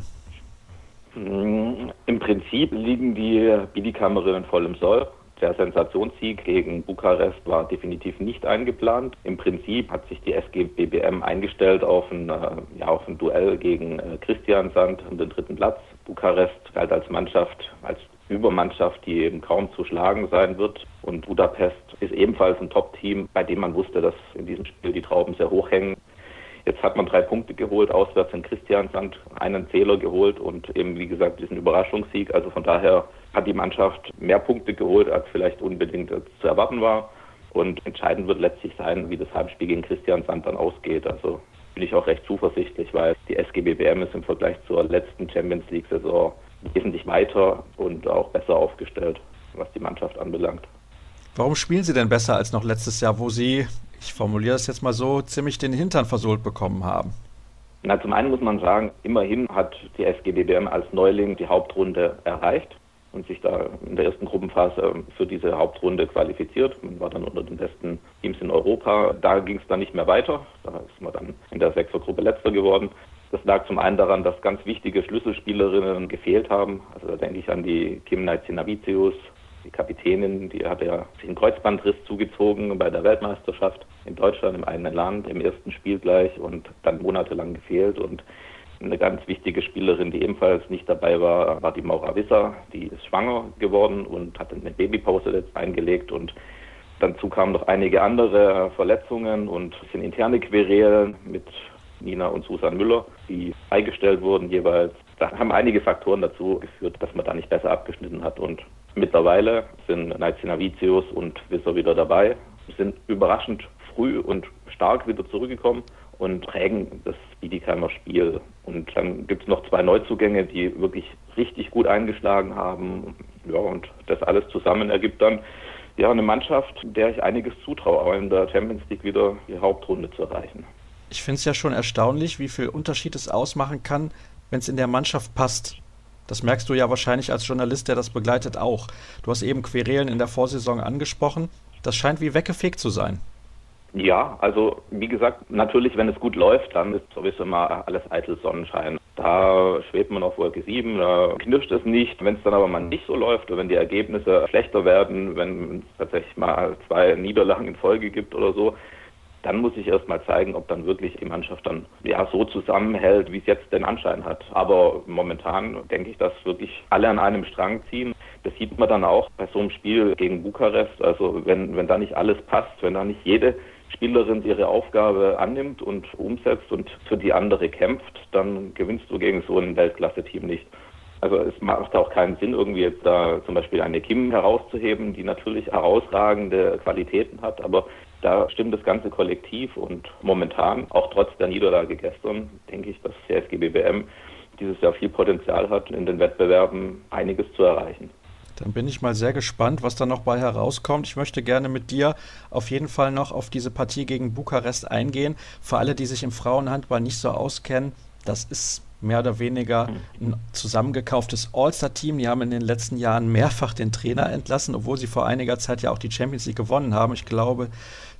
Im Prinzip liegen die Bietigheimerinnen voll im Soll. Der Sensationssieg gegen Bukarest war definitiv nicht eingeplant. Im Prinzip hat sich die S G B B M eingestellt auf ein, ja, auf ein Duell gegen Kristiansand um den dritten Platz. Bukarest galt als Mannschaft, als Übermannschaft, die eben kaum zu schlagen sein wird. Und Budapest ist ebenfalls ein Top-Team, bei dem man wusste, dass in diesem Spiel die Trauben sehr hoch hängen. Jetzt hat man drei Punkte geholt, auswärts in Kristiansand, einen Zähler geholt und eben, wie gesagt, diesen Überraschungssieg. Also von daher hat die Mannschaft mehr Punkte geholt, als vielleicht unbedingt zu erwarten war. Und entscheidend wird letztlich sein, wie das Heimspiel gegen Kristiansand dann ausgeht. Also bin ich auch recht zuversichtlich, weil die S G B B M ist im Vergleich zur letzten Champions League-Saison wesentlich weiter und auch besser aufgestellt, was die Mannschaft anbelangt. Warum spielen sie denn besser als noch letztes Jahr, wo sie, ich formuliere das jetzt mal so, ziemlich den Hintern versohlt bekommen haben? Na, zum einen muss man sagen, immerhin hat die S G B B M als Neuling die Hauptrunde erreicht und sich da in der ersten Gruppenphase für diese Hauptrunde qualifiziert. Man war dann unter den besten Teams in Europa. Da ging es dann nicht mehr weiter. Da ist man dann in der Sechsergruppe Letzter geworden. Das lag zum einen daran, dass ganz wichtige Schlüsselspielerinnen gefehlt haben. Also da denke ich an die Kim Naizinavicius, die Kapitänin, die hat ja sich einen Kreuzbandriss zugezogen bei der Weltmeisterschaft in Deutschland im eigenen Land, im ersten Spiel gleich und dann monatelang gefehlt. Und Eine ganz wichtige Spielerin, die ebenfalls nicht dabei war, war die Maura Visser. Die ist schwanger geworden und hat eine Babypause jetzt eingelegt. Und dazu kamen noch einige andere Verletzungen und es sind interne Querelen mit Nina und Susan Müller, die freigestellt wurden jeweils. Da haben einige Faktoren dazu geführt, dass man da nicht besser abgeschnitten hat. Und mittlerweile sind Naizinavicius und Visser wieder dabei, sind überraschend früh und stark wieder zurückgekommen und prägen das Bietigheimer Spiel. Und dann gibt es noch zwei Neuzugänge, die wirklich richtig gut eingeschlagen haben. Ja, und das alles zusammen ergibt dann ja eine Mannschaft, der ich einiges zutraue, auch in der Champions League wieder die Hauptrunde zu erreichen. Ich finde es ja schon erstaunlich, wie viel Unterschied es ausmachen kann, wenn es in der Mannschaft passt. Das merkst du ja wahrscheinlich als Journalist, der das begleitet, auch. Du hast eben Querelen in der Vorsaison angesprochen. Das scheint wie weggefegt zu sein. Ja, also wie gesagt, natürlich, wenn es gut läuft, dann ist sowieso immer alles eitel Sonnenschein. Da schwebt man auf Wolke sieben, da knirscht es nicht. Wenn es dann aber mal nicht so läuft oder wenn die Ergebnisse schlechter werden, wenn es tatsächlich mal zwei Niederlagen in Folge gibt oder so, dann muss ich erst mal zeigen, ob dann wirklich die Mannschaft dann ja so zusammenhält, wie es jetzt den Anschein hat. Aber momentan denke ich, dass wirklich alle an einem Strang ziehen. Das sieht man dann auch bei so einem Spiel gegen Bukarest. Also wenn, wenn da nicht alles passt, wenn da nicht jede Spielerin ihre Aufgabe annimmt und umsetzt und für die andere kämpft, dann gewinnst du gegen so ein Weltklasse-Team nicht. Also es macht auch keinen Sinn, irgendwie jetzt da zum Beispiel eine Kim herauszuheben, die natürlich herausragende Qualitäten hat, aber da stimmt das ganze Kollektiv und momentan, auch trotz der Niederlage gestern, denke ich, dass der S G B B M dieses Jahr viel Potenzial hat, in den Wettbewerben einiges zu erreichen. Dann bin ich mal sehr gespannt, was da noch bei herauskommt. Ich möchte gerne mit dir auf jeden Fall noch auf diese Partie gegen Bukarest eingehen. Für alle, die sich im Frauenhandball nicht so auskennen, das ist mehr oder weniger ein zusammengekauftes All-Star-Team. Die haben in den letzten Jahren mehrfach den Trainer entlassen, obwohl sie vor einiger Zeit ja auch die Champions League gewonnen haben. Ich glaube,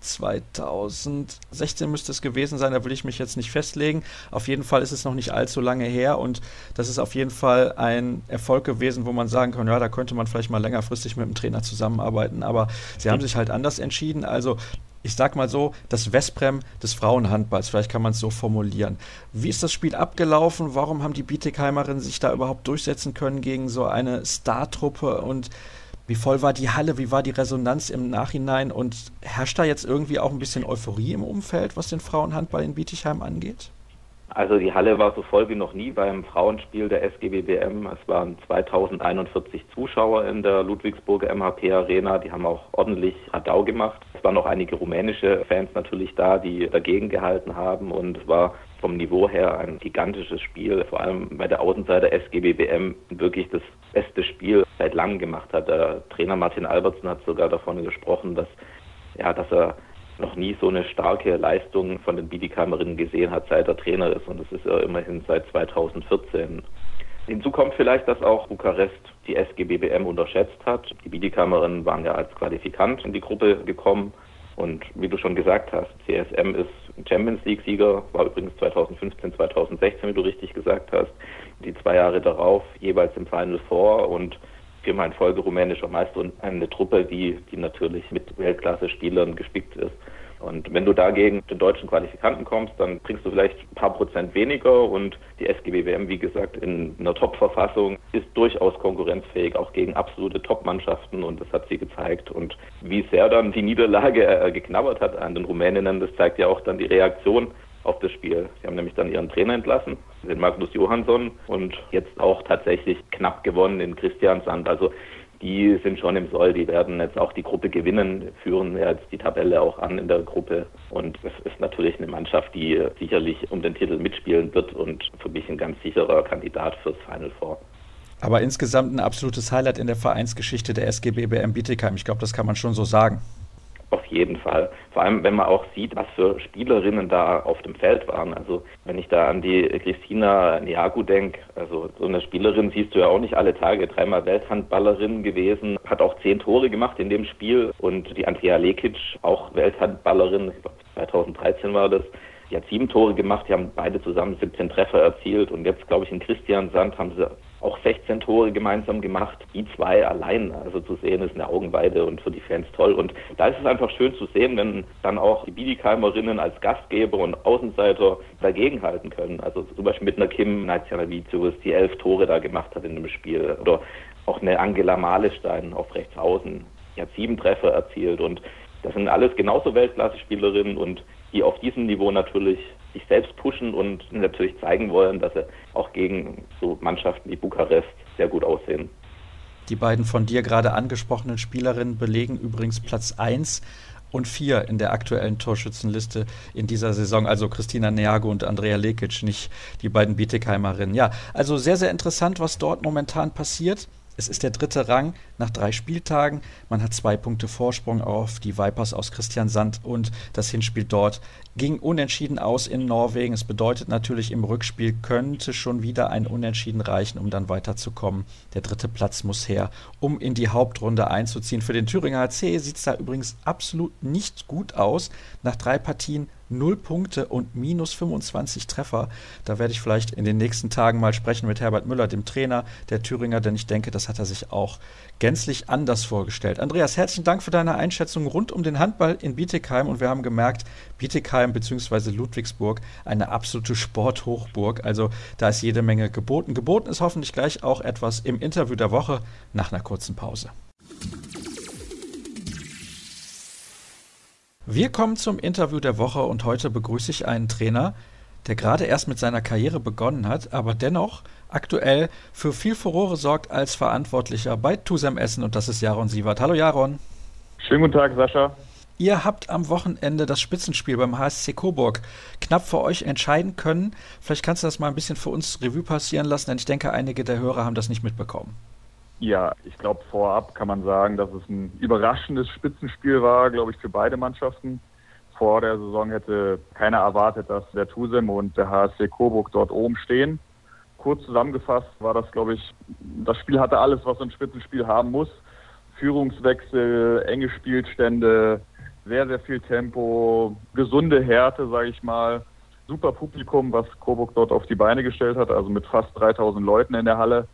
zweitausendsechzehn müsste es gewesen sein, da will ich mich jetzt nicht festlegen. Auf jeden Fall ist es noch nicht allzu lange her und das ist auf jeden Fall ein Erfolg gewesen, wo man sagen kann, ja, da könnte man vielleicht mal längerfristig mit dem Trainer zusammenarbeiten, aber sie haben sich halt anders entschieden. Also ich sag mal so, das Vesprem des Frauenhandballs, vielleicht kann man es so formulieren. Wie ist das Spiel abgelaufen? Warum haben die Bietigheimerinnen sich da überhaupt durchsetzen können gegen so eine Star-Truppe? Und wie voll war die Halle? Wie war die Resonanz im Nachhinein? Und herrscht da jetzt irgendwie auch ein bisschen Euphorie im Umfeld, was den Frauenhandball in Bietigheim angeht? Also die Halle war so voll wie noch nie beim Frauenspiel der S G B B M. Es waren zweitausendeinundvierzig Zuschauer in der Ludwigsburger M H P Arena. Die haben auch ordentlich Radau gemacht. Es waren noch einige rumänische Fans natürlich da, die dagegen gehalten haben. Und es war vom Niveau her ein gigantisches Spiel. Vor allem bei der Außenseite S G B B M wirklich das beste Spiel seit langem gemacht hat. Der Trainer Martin Albertsen hat sogar davon gesprochen, dass, ja, dass er noch nie so eine starke Leistung von den Bietigheimerinnen gesehen hat, seit er Trainer ist. Und das ist ja immerhin seit zweitausendvierzehn. Hinzu kommt vielleicht, dass auch Bukarest die S G B B M unterschätzt hat. Die Bietigheimerinnen waren ja als Qualifikant in die Gruppe gekommen. Und wie du schon gesagt hast, C S M ist Champions League-Sieger, war übrigens zweitausendfünfzehn, zweitausendsechzehn, wie du richtig gesagt hast. Die zwei Jahre darauf jeweils im Final Four und viermal in Folge rumänischer Meister und eine Truppe, die, die natürlich mit Weltklasse-Spielern gespickt ist. Und wenn du dagegen den deutschen Qualifikanten kommst, dann bringst du vielleicht ein paar Prozent weniger und die S G B B M, wie gesagt, in einer Top-Verfassung ist durchaus konkurrenzfähig, auch gegen absolute Top-Mannschaften und das hat sie gezeigt. Und wie sehr dann die Niederlage äh, geknabbert hat an den Rumäninnen, das zeigt ja auch dann die Reaktion auf das Spiel. Sie haben nämlich dann ihren Trainer entlassen, den Magnus Johansson, und jetzt auch tatsächlich knapp gewonnen in Kristiansand. Also die sind schon im Soll, die werden jetzt auch die Gruppe gewinnen, führen jetzt die Tabelle auch an in der Gruppe. Und es ist natürlich eine Mannschaft, die sicherlich um den Titel mitspielen wird und für mich ein ganz sicherer Kandidat fürs Final Four. Aber insgesamt ein absolutes Highlight in der Vereinsgeschichte der S G B B M Bietigheim. Ich glaube, das kann man schon so sagen. Auf jeden Fall. Vor allem, wenn man auch sieht, was für Spielerinnen da auf dem Feld waren. Also wenn ich da an die Christina Niagu denke, also so eine Spielerin siehst du ja auch nicht alle Tage, dreimal Welthandballerin gewesen, hat auch zehn Tore gemacht in dem Spiel. Und die Andrea Lekic, auch Welthandballerin, ich glaube zweitausenddreizehn war das, die hat sieben Tore gemacht, die haben beide zusammen siebzehn Treffer erzielt. Und jetzt, glaube ich, in Kristiansand haben sie auch sechzehn Tore Tore gemeinsam gemacht. Die zwei allein, also zu sehen, ist eine Augenweide und für die Fans toll. Und da ist es einfach schön zu sehen, wenn dann auch die Bietigheimerinnen als Gastgeber und Außenseiter dagegenhalten können. Also zum Beispiel mit einer Kim Najcjanovičius, die elf Tore da gemacht hat in dem Spiel. Oder auch eine Angela Mahlestein auf rechts außen. Die hat sieben Treffer erzielt. Und das sind alles genauso Weltklasse-Spielerinnen und die auf diesem Niveau natürlich sich selbst pushen und natürlich zeigen wollen, dass sie auch gegen so Mannschaften wie Bukarest sehr gut aussehen. Die beiden von dir gerade angesprochenen Spielerinnen belegen übrigens Platz eins und vier in der aktuellen Torschützenliste in dieser Saison, also Christina Neago und Andrea Lekic, nicht die beiden Bietigheimerinnen. Ja, also sehr, sehr interessant, was dort momentan passiert. Es ist der dritte Rang nach drei Spieltagen. Man hat zwei Punkte Vorsprung auf die Vipers aus Kristiansand und das Hinspiel dort ging unentschieden aus in Norwegen. Es bedeutet natürlich, im Rückspiel könnte schon wieder ein Unentschieden reichen, um dann weiterzukommen. Der dritte Platz muss her, um in die Hauptrunde einzuziehen. Für den Thüringer H C sieht es da übrigens absolut nicht gut aus. Nach drei Partien null Punkte und minus fünfundzwanzig Treffer. Da werde ich vielleicht in den nächsten Tagen mal sprechen mit Herbert Müller, dem Trainer der Thüringer, denn ich denke, das hat er sich auch gänzlich anders vorgestellt. Andreas, herzlichen Dank für deine Einschätzung rund um den Handball in Bietigheim und wir haben gemerkt, Bietigheim bzw. Ludwigsburg, eine absolute Sporthochburg, also da ist jede Menge geboten. Geboten ist hoffentlich gleich auch etwas im Interview der Woche nach einer kurzen Pause. Wir kommen zum Interview der Woche und heute begrüße ich einen Trainer, der gerade erst mit seiner Karriere begonnen hat, aber dennoch aktuell für viel Furore sorgt als Verantwortlicher bei Tusem Essen und das ist Jaron Siewert. Hallo Jaron. Schönen guten Tag, Sascha. Ihr habt am Wochenende das Spitzenspiel beim H S C Coburg knapp für euch entscheiden können. Vielleicht kannst du das mal ein bisschen für uns Revue passieren lassen, denn ich denke, einige der Hörer haben das nicht mitbekommen. Ja, ich glaube, vorab kann man sagen, dass es ein überraschendes Spitzenspiel war, glaube ich, für beide Mannschaften. Vor der Saison hätte keiner erwartet, dass der Tusem und der H S C Coburg dort oben stehen. Kurz zusammengefasst war das, glaube ich, das Spiel hatte alles, was ein Spitzenspiel haben muss. Führungswechsel, enge Spielstände, sehr, sehr viel Tempo, gesunde Härte, sage ich mal. Super Publikum, was Coburg dort auf die Beine gestellt hat, also mit fast dreitausend Leuten in der Halle.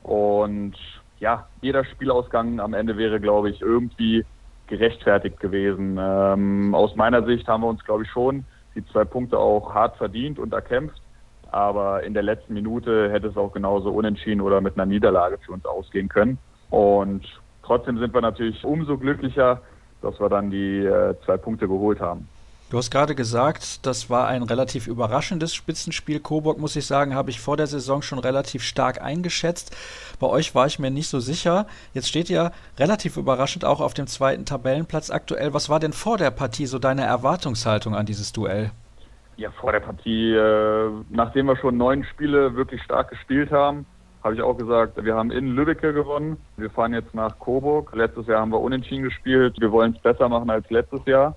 Und ja, jeder Spielausgang am Ende wäre, glaube ich, irgendwie gerechtfertigt gewesen. Ähm, aus meiner Sicht haben wir uns, glaube ich, schon die zwei Punkte auch hart verdient und erkämpft. Aber in der letzten Minute hätte es auch genauso unentschieden oder mit einer Niederlage für uns ausgehen können. Und trotzdem sind wir natürlich umso glücklicher, dass wir dann die äh, zwei Punkte geholt haben. Du hast gerade gesagt, das war ein relativ überraschendes Spitzenspiel. Coburg, muss ich sagen, habe ich vor der Saison schon relativ stark eingeschätzt. Bei euch war ich mir nicht so sicher. Jetzt steht ihr relativ überraschend auch auf dem zweiten Tabellenplatz aktuell. Was war denn vor der Partie so deine Erwartungshaltung an dieses Duell? Ja, vor der Partie, äh, nachdem wir schon neun Spiele wirklich stark gespielt haben, habe ich auch gesagt, wir haben in Lübbecke gewonnen. Wir fahren jetzt nach Coburg. Letztes Jahr haben wir unentschieden gespielt. Wir wollen es besser machen als letztes Jahr.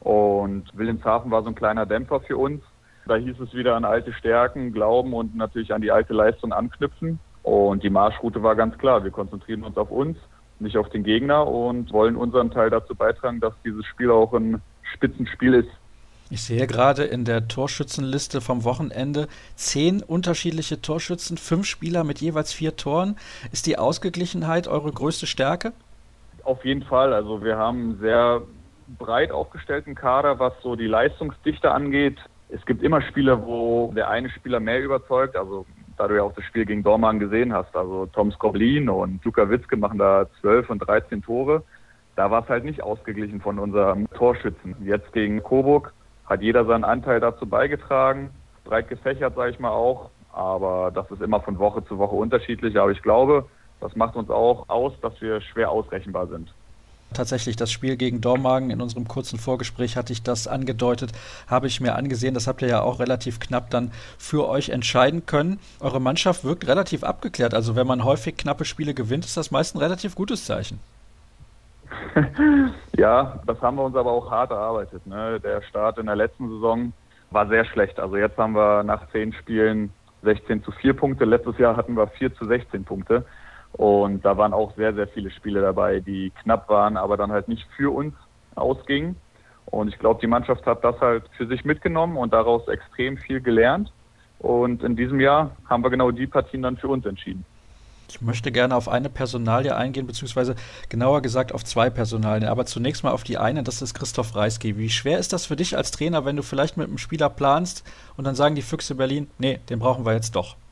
Und Wilhelmshaven war so ein kleiner Dämpfer für uns. Da hieß es wieder an alte Stärken glauben und natürlich an die alte Leistung anknüpfen. Und die Marschroute war ganz klar. Wir konzentrieren uns auf uns, nicht auf den Gegner und wollen unseren Teil dazu beitragen, dass dieses Spiel auch ein Spitzenspiel ist. Ich sehe gerade in der Torschützenliste vom Wochenende zehn unterschiedliche Torschützen, fünf Spieler mit jeweils vier Toren. Ist die Ausgeglichenheit eure größte Stärke? Auf jeden Fall. Also wir haben einen sehr breit aufgestellten Kader, was so die Leistungsdichte angeht. Es gibt immer Spieler, wo der eine Spieler mehr überzeugt. Also da du ja auch das Spiel gegen Dormagen gesehen hast. Also Tom Skoblin und Luka Witzke machen da zwölf und dreizehn Tore. Da war es halt nicht ausgeglichen von unserem Torschützen. Jetzt gegen Coburg hat jeder seinen Anteil dazu beigetragen, breit gefächert, sage ich mal auch, aber das ist immer von Woche zu Woche unterschiedlich, aber ich glaube, das macht uns auch aus, dass wir schwer ausrechenbar sind. Tatsächlich, das Spiel gegen Dormagen, in unserem kurzen Vorgespräch hatte ich das angedeutet, habe ich mir angesehen, das habt ihr ja auch relativ knapp dann für euch entscheiden können. Eure Mannschaft wirkt relativ abgeklärt, also wenn man häufig knappe Spiele gewinnt, ist das meist ein relativ gutes Zeichen. Ja, das haben wir uns aber auch hart erarbeitet. Ne? Der Start in der letzten Saison war sehr schlecht. Also jetzt haben wir nach zehn Spielen sechzehn zu vier Punkte. Letztes Jahr hatten wir vier zu sechzehn Punkte. Und da waren auch sehr, sehr viele Spiele dabei, die knapp waren, aber dann halt nicht für uns ausgingen. Und ich glaube, die Mannschaft hat das halt für sich mitgenommen und daraus extrem viel gelernt. Und in diesem Jahr haben wir genau die Partien dann für uns entschieden. Ich möchte gerne auf eine Personalie eingehen, beziehungsweise genauer gesagt auf zwei Personalien. Aber zunächst mal auf die eine, das ist Christoph Reisky. Wie schwer ist das für dich als Trainer, wenn du vielleicht mit einem Spieler planst und dann sagen die Füchse Berlin, nee, den brauchen wir jetzt doch?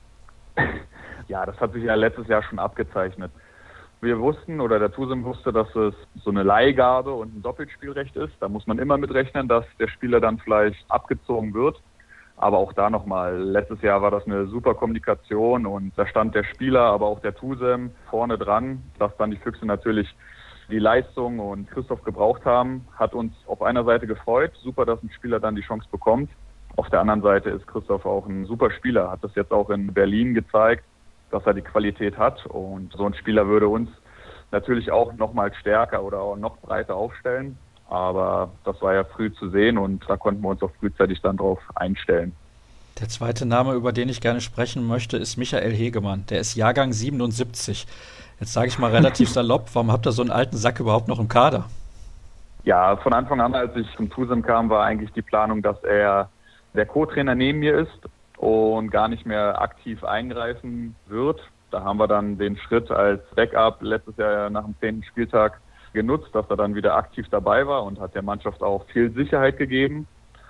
Ja, das hat sich ja letztes Jahr schon abgezeichnet. Wir wussten, oder der TuSem wusste, dass es so eine Leihgabe und ein Doppelspielrecht ist. Da muss man immer mit rechnen, dass der Spieler dann vielleicht abgezogen wird. Aber auch da nochmal, letztes Jahr war das eine super Kommunikation und da stand der Spieler, aber auch der TuSem vorne dran, dass dann die Füchse natürlich die Leistung und Christoph gebraucht haben, hat uns auf einer Seite gefreut. Super, dass ein Spieler dann die Chance bekommt. Auf der anderen Seite ist Christoph auch ein super Spieler, hat das jetzt auch in Berlin gezeigt, dass er die Qualität hat und so ein Spieler würde uns natürlich auch noch mal stärker oder auch noch breiter aufstellen, aber das war ja früh zu sehen und da konnten wir uns auch frühzeitig dann drauf einstellen. Der zweite Name, über den ich gerne sprechen möchte, ist Michael Hegemann. Der ist Jahrgang siebenundsiebzig. Jetzt sage ich mal relativ salopp, warum habt ihr so einen alten Sack überhaupt noch im Kader? Ja, von Anfang an, als ich zum TuSem kam, war eigentlich die Planung, dass er der Co-Trainer neben mir ist und gar nicht mehr aktiv eingreifen wird. Da haben wir dann den Schritt als Backup letztes Jahr nach dem zehnten Spieltag genutzt, dass er dann wieder aktiv dabei war und hat der Mannschaft auch viel Sicherheit gegeben.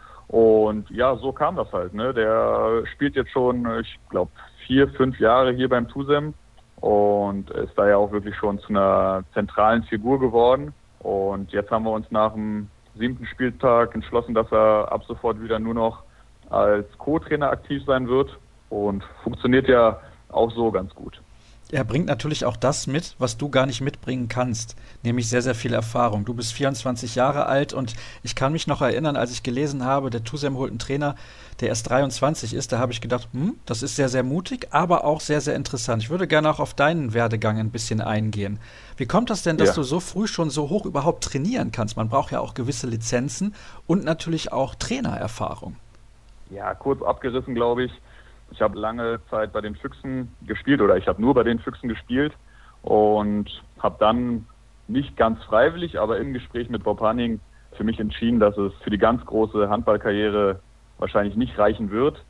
Und ja, so kam das halt. Ne? Der spielt jetzt schon, ich glaube, vier, fünf Jahre hier beim TuSem und ist da ja auch wirklich schon zu einer zentralen Figur geworden. Und jetzt haben wir uns nach dem siebten Spieltag entschlossen, dass er ab sofort wieder nur noch als Co-Trainer aktiv sein wird und funktioniert ja auch so ganz gut. Er bringt natürlich auch das mit, was du gar nicht mitbringen kannst, nämlich sehr, sehr viel Erfahrung. Du bist vierundzwanzig Jahre alt und ich kann mich noch erinnern, als ich gelesen habe, der TuSem holt einen Trainer, der erst dreiundzwanzig ist, da habe ich gedacht, hm, das ist sehr, sehr mutig, aber auch sehr, sehr interessant. Ich würde gerne auch auf deinen Werdegang ein bisschen eingehen. Wie kommt das denn, dass ja. du so früh schon so hoch überhaupt trainieren kannst? Man braucht ja auch gewisse Lizenzen und natürlich auch Trainererfahrung. Ja, kurz abgerissen, glaube ich. Ich habe lange Zeit bei den Füchsen gespielt oder ich habe nur bei den Füchsen gespielt und habe dann nicht ganz freiwillig, aber im Gespräch mit Bob Hanning für mich entschieden, dass es für die ganz große Handballkarriere wahrscheinlich nicht reichen wird.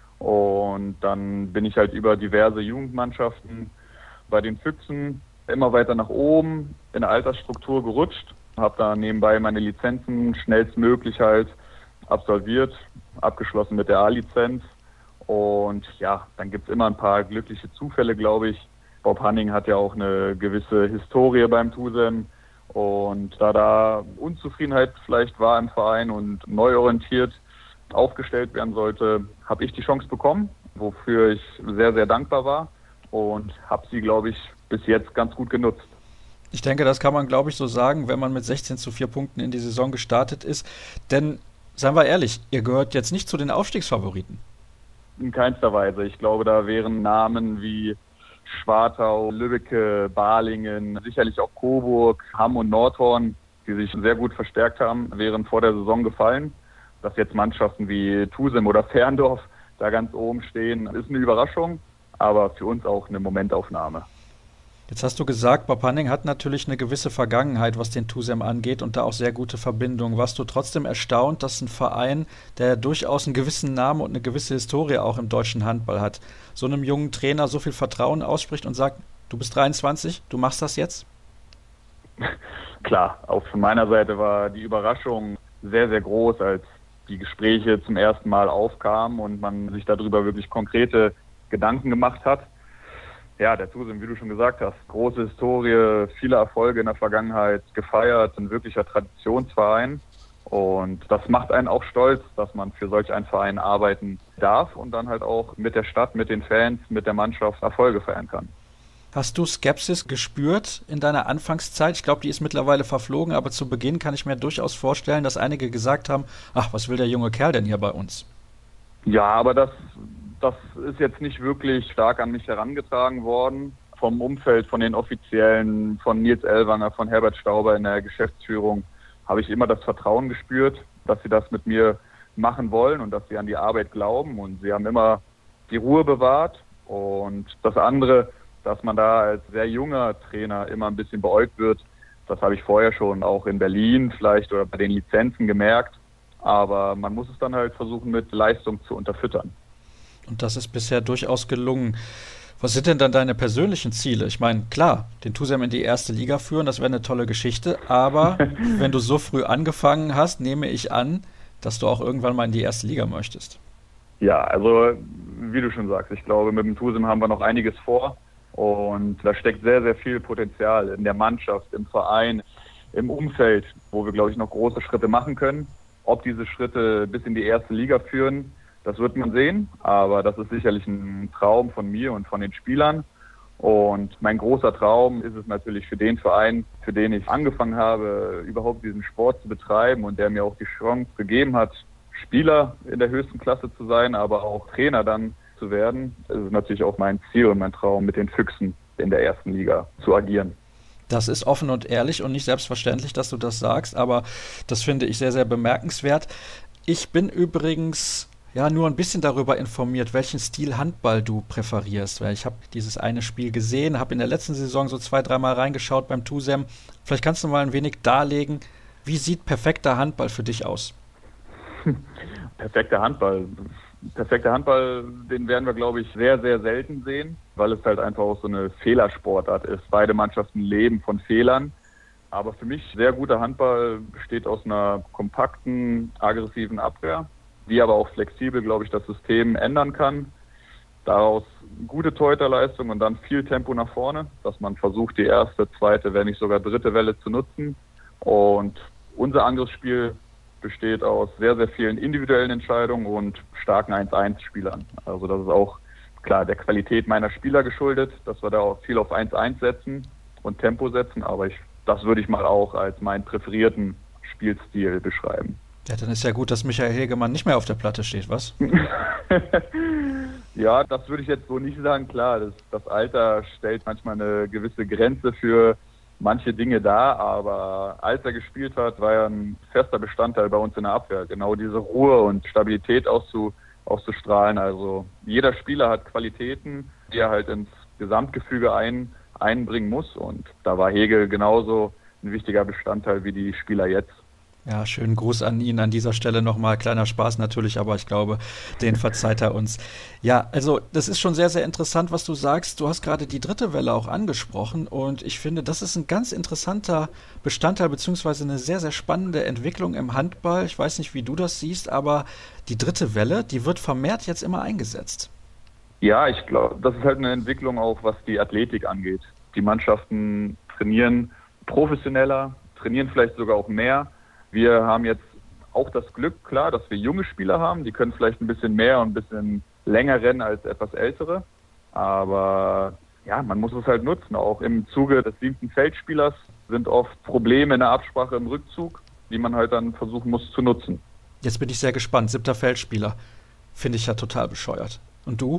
Und dann bin ich halt über diverse Jugendmannschaften bei den Füchsen immer weiter nach oben in der Altersstruktur gerutscht, habe da nebenbei meine Lizenzen schnellstmöglich halt absolviert, abgeschlossen mit der A-Lizenz. Und ja, dann gibt es immer ein paar glückliche Zufälle, glaube ich. Bob Hanning hat ja auch eine gewisse Historie beim TuSem. Und da da Unzufriedenheit vielleicht war im Verein und neu orientiert aufgestellt werden sollte, habe ich die Chance bekommen, wofür ich sehr, sehr dankbar war. Und habe sie, glaube ich, bis jetzt ganz gut genutzt. Ich denke, das kann man, glaube ich, so sagen, wenn man mit sechzehn zu vier Punkten in die Saison gestartet ist. Denn, seien wir ehrlich, ihr gehört jetzt nicht zu den Aufstiegsfavoriten. In keinster Weise. Ich glaube, da wären Namen wie Schwartau, Lübbecke, Balingen, sicherlich auch Coburg, Hamm und Nordhorn, die sich sehr gut verstärkt haben, wären vor der Saison gefallen. Dass jetzt Mannschaften wie TuSem oder Ferndorf da ganz oben stehen, ist eine Überraschung, aber für uns auch eine Momentaufnahme. Jetzt hast du gesagt, Bob Hanning hat natürlich eine gewisse Vergangenheit, was den TuSem angeht und da auch sehr gute Verbindungen. Warst du trotzdem erstaunt, dass ein Verein, der durchaus einen gewissen Namen und eine gewisse Historie auch im deutschen Handball hat, so einem jungen Trainer so viel Vertrauen ausspricht und sagt, du bist dreiundzwanzig, du machst das jetzt? Klar, auch von meiner Seite war die Überraschung sehr, sehr groß, als die Gespräche zum ersten Mal aufkamen und man sich darüber wirklich konkrete Gedanken gemacht hat. Ja, der TuSem, wie du schon gesagt hast, große Historie, viele Erfolge in der Vergangenheit gefeiert, ein wirklicher Traditionsverein. Und das macht einen auch stolz, dass man für solch einen Verein arbeiten darf und dann halt auch mit der Stadt, mit den Fans, mit der Mannschaft Erfolge feiern kann. Hast du Skepsis gespürt in deiner Anfangszeit? Ich glaube, die ist mittlerweile verflogen, aber zu Beginn kann ich mir durchaus vorstellen, dass einige gesagt haben, ach, was will der junge Kerl denn hier bei uns? Ja, aber das... Das ist jetzt nicht wirklich stark an mich herangetragen worden. Vom Umfeld, von den Offiziellen, von Nils Ellwanger, von Herbert Stauber in der Geschäftsführung habe ich immer das Vertrauen gespürt, dass sie das mit mir machen wollen und dass sie an die Arbeit glauben. Und sie haben immer die Ruhe bewahrt. Und das andere, dass man da als sehr junger Trainer immer ein bisschen beäugt wird, das habe ich vorher schon auch in Berlin vielleicht oder bei den Lizenzen gemerkt. Aber man muss es dann halt versuchen, mit Leistung zu unterfüttern. Und das ist bisher durchaus gelungen. Was sind denn dann deine persönlichen Ziele? Ich meine, klar, den Tusem in die erste Liga führen, das wäre eine tolle Geschichte, aber wenn du so früh angefangen hast, nehme ich an, dass du auch irgendwann mal in die erste Liga möchtest. Ja, also wie du schon sagst, ich glaube, mit dem Tusem haben wir noch einiges vor und da steckt sehr, sehr viel Potenzial in der Mannschaft, im Verein, im Umfeld, wo wir, glaube ich, noch große Schritte machen können. Ob diese Schritte bis in die erste Liga führen, das wird man sehen, aber das ist sicherlich ein Traum von mir und von den Spielern. Und mein großer Traum ist es natürlich für den Verein, für den ich angefangen habe, überhaupt diesen Sport zu betreiben und der mir auch die Chance gegeben hat, Spieler in der höchsten Klasse zu sein, aber auch Trainer dann zu werden. Das ist natürlich auch mein Ziel und mein Traum, mit den Füchsen in der ersten Liga zu agieren. Das ist offen und ehrlich und nicht selbstverständlich, dass du das sagst, aber das finde ich sehr, sehr bemerkenswert. Ich bin übrigens ja nur ein bisschen darüber informiert, welchen Stil Handball du präferierst, weil ich habe dieses eine Spiel gesehen, habe in der letzten Saison so zwei, dreimal reingeschaut beim Tusem. Vielleicht kannst du mal ein wenig darlegen, wie sieht perfekter Handball für dich aus? Perfekter Handball. Perfekter Handball, den werden wir, glaube ich, sehr, sehr selten sehen, weil es halt einfach auch so eine Fehlersportart ist. Beide Mannschaften leben von Fehlern. Aber für mich sehr guter Handball besteht aus einer kompakten, aggressiven Abwehr, die aber auch flexibel, glaube ich, das System ändern kann. Daraus gute Torhüterleistung und dann viel Tempo nach vorne, dass man versucht, die erste, zweite, wenn nicht sogar dritte Welle zu nutzen. Und unser Angriffsspiel besteht aus sehr, sehr vielen individuellen Entscheidungen und starken eins eins Spielern. Also das ist auch klar der Qualität meiner Spieler geschuldet, dass wir da auch viel auf eins eins setzen und Tempo setzen, aber ich, das würde ich mal auch als meinen präferierten Spielstil beschreiben. Ja, dann ist ja gut, dass Michael Hegemann nicht mehr auf der Platte steht, was? Ja, das würde ich jetzt so nicht sagen. Klar, das, das Alter stellt manchmal eine gewisse Grenze für manche Dinge dar, aber als er gespielt hat, war er ein fester Bestandteil bei uns in der Abwehr. Genau diese Ruhe und Stabilität auszu, auszustrahlen. Also jeder Spieler hat Qualitäten, die er halt ins Gesamtgefüge ein, einbringen muss. Und da war Hege genauso ein wichtiger Bestandteil wie die Spieler jetzt. Ja, schönen Gruß an ihn an dieser Stelle nochmal. Kleiner Spaß natürlich, aber ich glaube, den verzeiht er uns. Ja, also das ist schon sehr, sehr interessant, was du sagst. Du hast gerade die dritte Welle auch angesprochen und ich finde, das ist ein ganz interessanter Bestandteil beziehungsweise eine sehr, sehr spannende Entwicklung im Handball. Ich weiß nicht, wie du das siehst, aber die dritte Welle, die wird vermehrt jetzt immer eingesetzt. Ja, ich glaube, das ist halt eine Entwicklung auch, was die Athletik angeht. Die Mannschaften trainieren professioneller, trainieren vielleicht sogar auch mehr. Wir haben jetzt auch das Glück, klar, dass wir junge Spieler haben. Die können vielleicht ein bisschen mehr und ein bisschen länger rennen als etwas ältere. Aber ja, man muss es halt nutzen. Auch im Zuge des siebten Feldspielers sind oft Probleme in der Absprache im Rückzug, die man halt dann versuchen muss zu nutzen. Jetzt bin ich sehr gespannt. Siebter Feldspieler. Finde ich ja total bescheuert. Und du?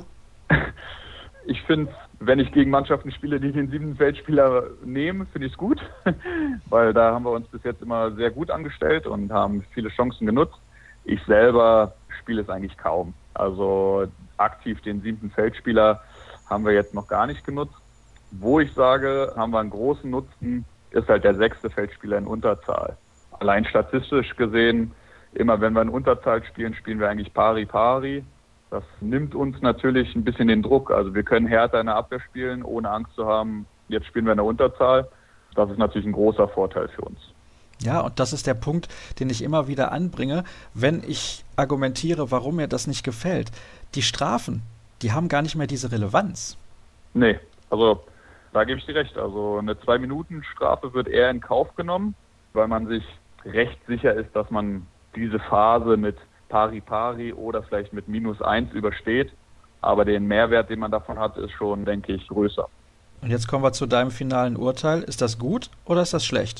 Ich finde, wenn ich gegen Mannschaften spiele, die den siebten Feldspieler nehmen, finde ich es gut, weil da haben wir uns bis jetzt immer sehr gut angestellt und haben viele Chancen genutzt. Ich selber spiele es eigentlich kaum. Also aktiv den siebten Feldspieler haben wir jetzt noch gar nicht genutzt. Wo ich sage, haben wir einen großen Nutzen, ist halt der sechste Feldspieler in Unterzahl. Allein statistisch gesehen, immer wenn wir in Unterzahl spielen, spielen wir eigentlich pari-pari. Das nimmt uns natürlich ein bisschen den Druck. Also wir können härter in der Abwehr spielen, ohne Angst zu haben, jetzt spielen wir in der Unterzahl. Das ist natürlich ein großer Vorteil für uns. Ja, und das ist der Punkt, den ich immer wieder anbringe, wenn ich argumentiere, warum mir das nicht gefällt. Die Strafen, die haben gar nicht mehr diese Relevanz. Nee, also da gebe ich dir recht. Also eine Zwei-Minuten-Strafe wird eher in Kauf genommen, weil man sich recht sicher ist, dass man diese Phase mit Pari-Pari oder vielleicht mit minus eins übersteht. Aber den Mehrwert, den man davon hat, ist schon, denke ich, größer. Und jetzt kommen wir zu deinem finalen Urteil. Ist das gut oder ist das schlecht?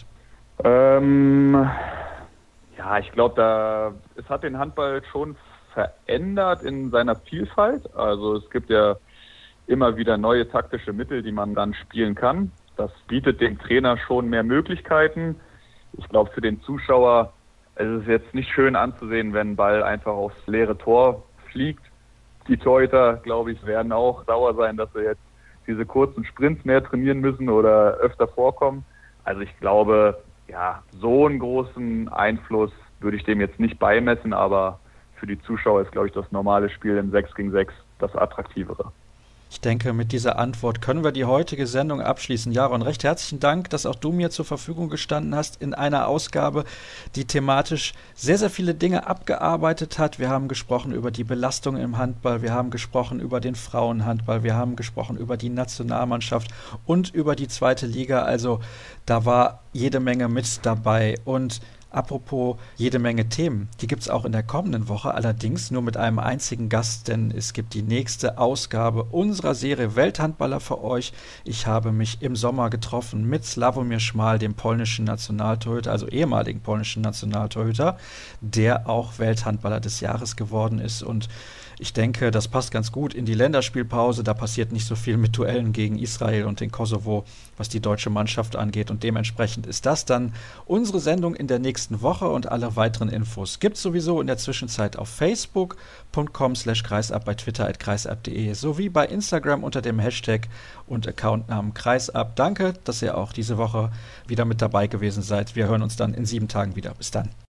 Ähm, ja, ich glaube, da es hat den Handball schon verändert in seiner Vielfalt. Also es gibt ja immer wieder neue taktische Mittel, die man dann spielen kann. Das bietet dem Trainer schon mehr Möglichkeiten. Ich glaube, für den Zuschauer es ist jetzt nicht schön anzusehen, wenn ein Ball einfach aufs leere Tor fliegt. Die Torhüter, glaube ich, werden auch sauer sein, dass wir jetzt diese kurzen Sprints mehr trainieren müssen oder öfter vorkommen. Also ich glaube, ja, so einen großen Einfluss würde ich dem jetzt nicht beimessen, aber für die Zuschauer ist, glaube ich, das normale Spiel im sechs gegen sechs das attraktivere. Ich denke, mit dieser Antwort können wir die heutige Sendung abschließen. Jaron, recht herzlichen Dank, dass auch du mir zur Verfügung gestanden hast in einer Ausgabe, die thematisch sehr, sehr viele Dinge abgearbeitet hat. Wir haben gesprochen über die Belastung im Handball, wir haben gesprochen über den Frauenhandball, wir haben gesprochen über die Nationalmannschaft und über die zweite Liga. Also da war jede Menge mit dabei. Und apropos jede Menge Themen, die gibt es auch in der kommenden Woche, allerdings nur mit einem einzigen Gast, denn es gibt die nächste Ausgabe unserer Serie Welthandballer für euch. Ich habe mich im Sommer getroffen mit Sławomir Szmal, dem polnischen Nationaltorhüter, also ehemaligen polnischen Nationaltorhüter, der auch Welthandballer des Jahres geworden ist. Und ich denke, das passt ganz gut in die Länderspielpause. Da passiert nicht so viel mit Duellen gegen Israel und den Kosovo, was die deutsche Mannschaft angeht. Und dementsprechend ist das dann unsere Sendung in der nächsten Woche. Und alle weiteren Infos gibt es sowieso in der Zwischenzeit auf facebook punkt com slash kreisab, bei Twitter at kreisab punkt de sowie bei Instagram unter dem Hashtag und Accountnamen kreisab. Danke, dass ihr auch diese Woche wieder mit dabei gewesen seid. Wir hören uns dann in sieben Tagen wieder. Bis dann.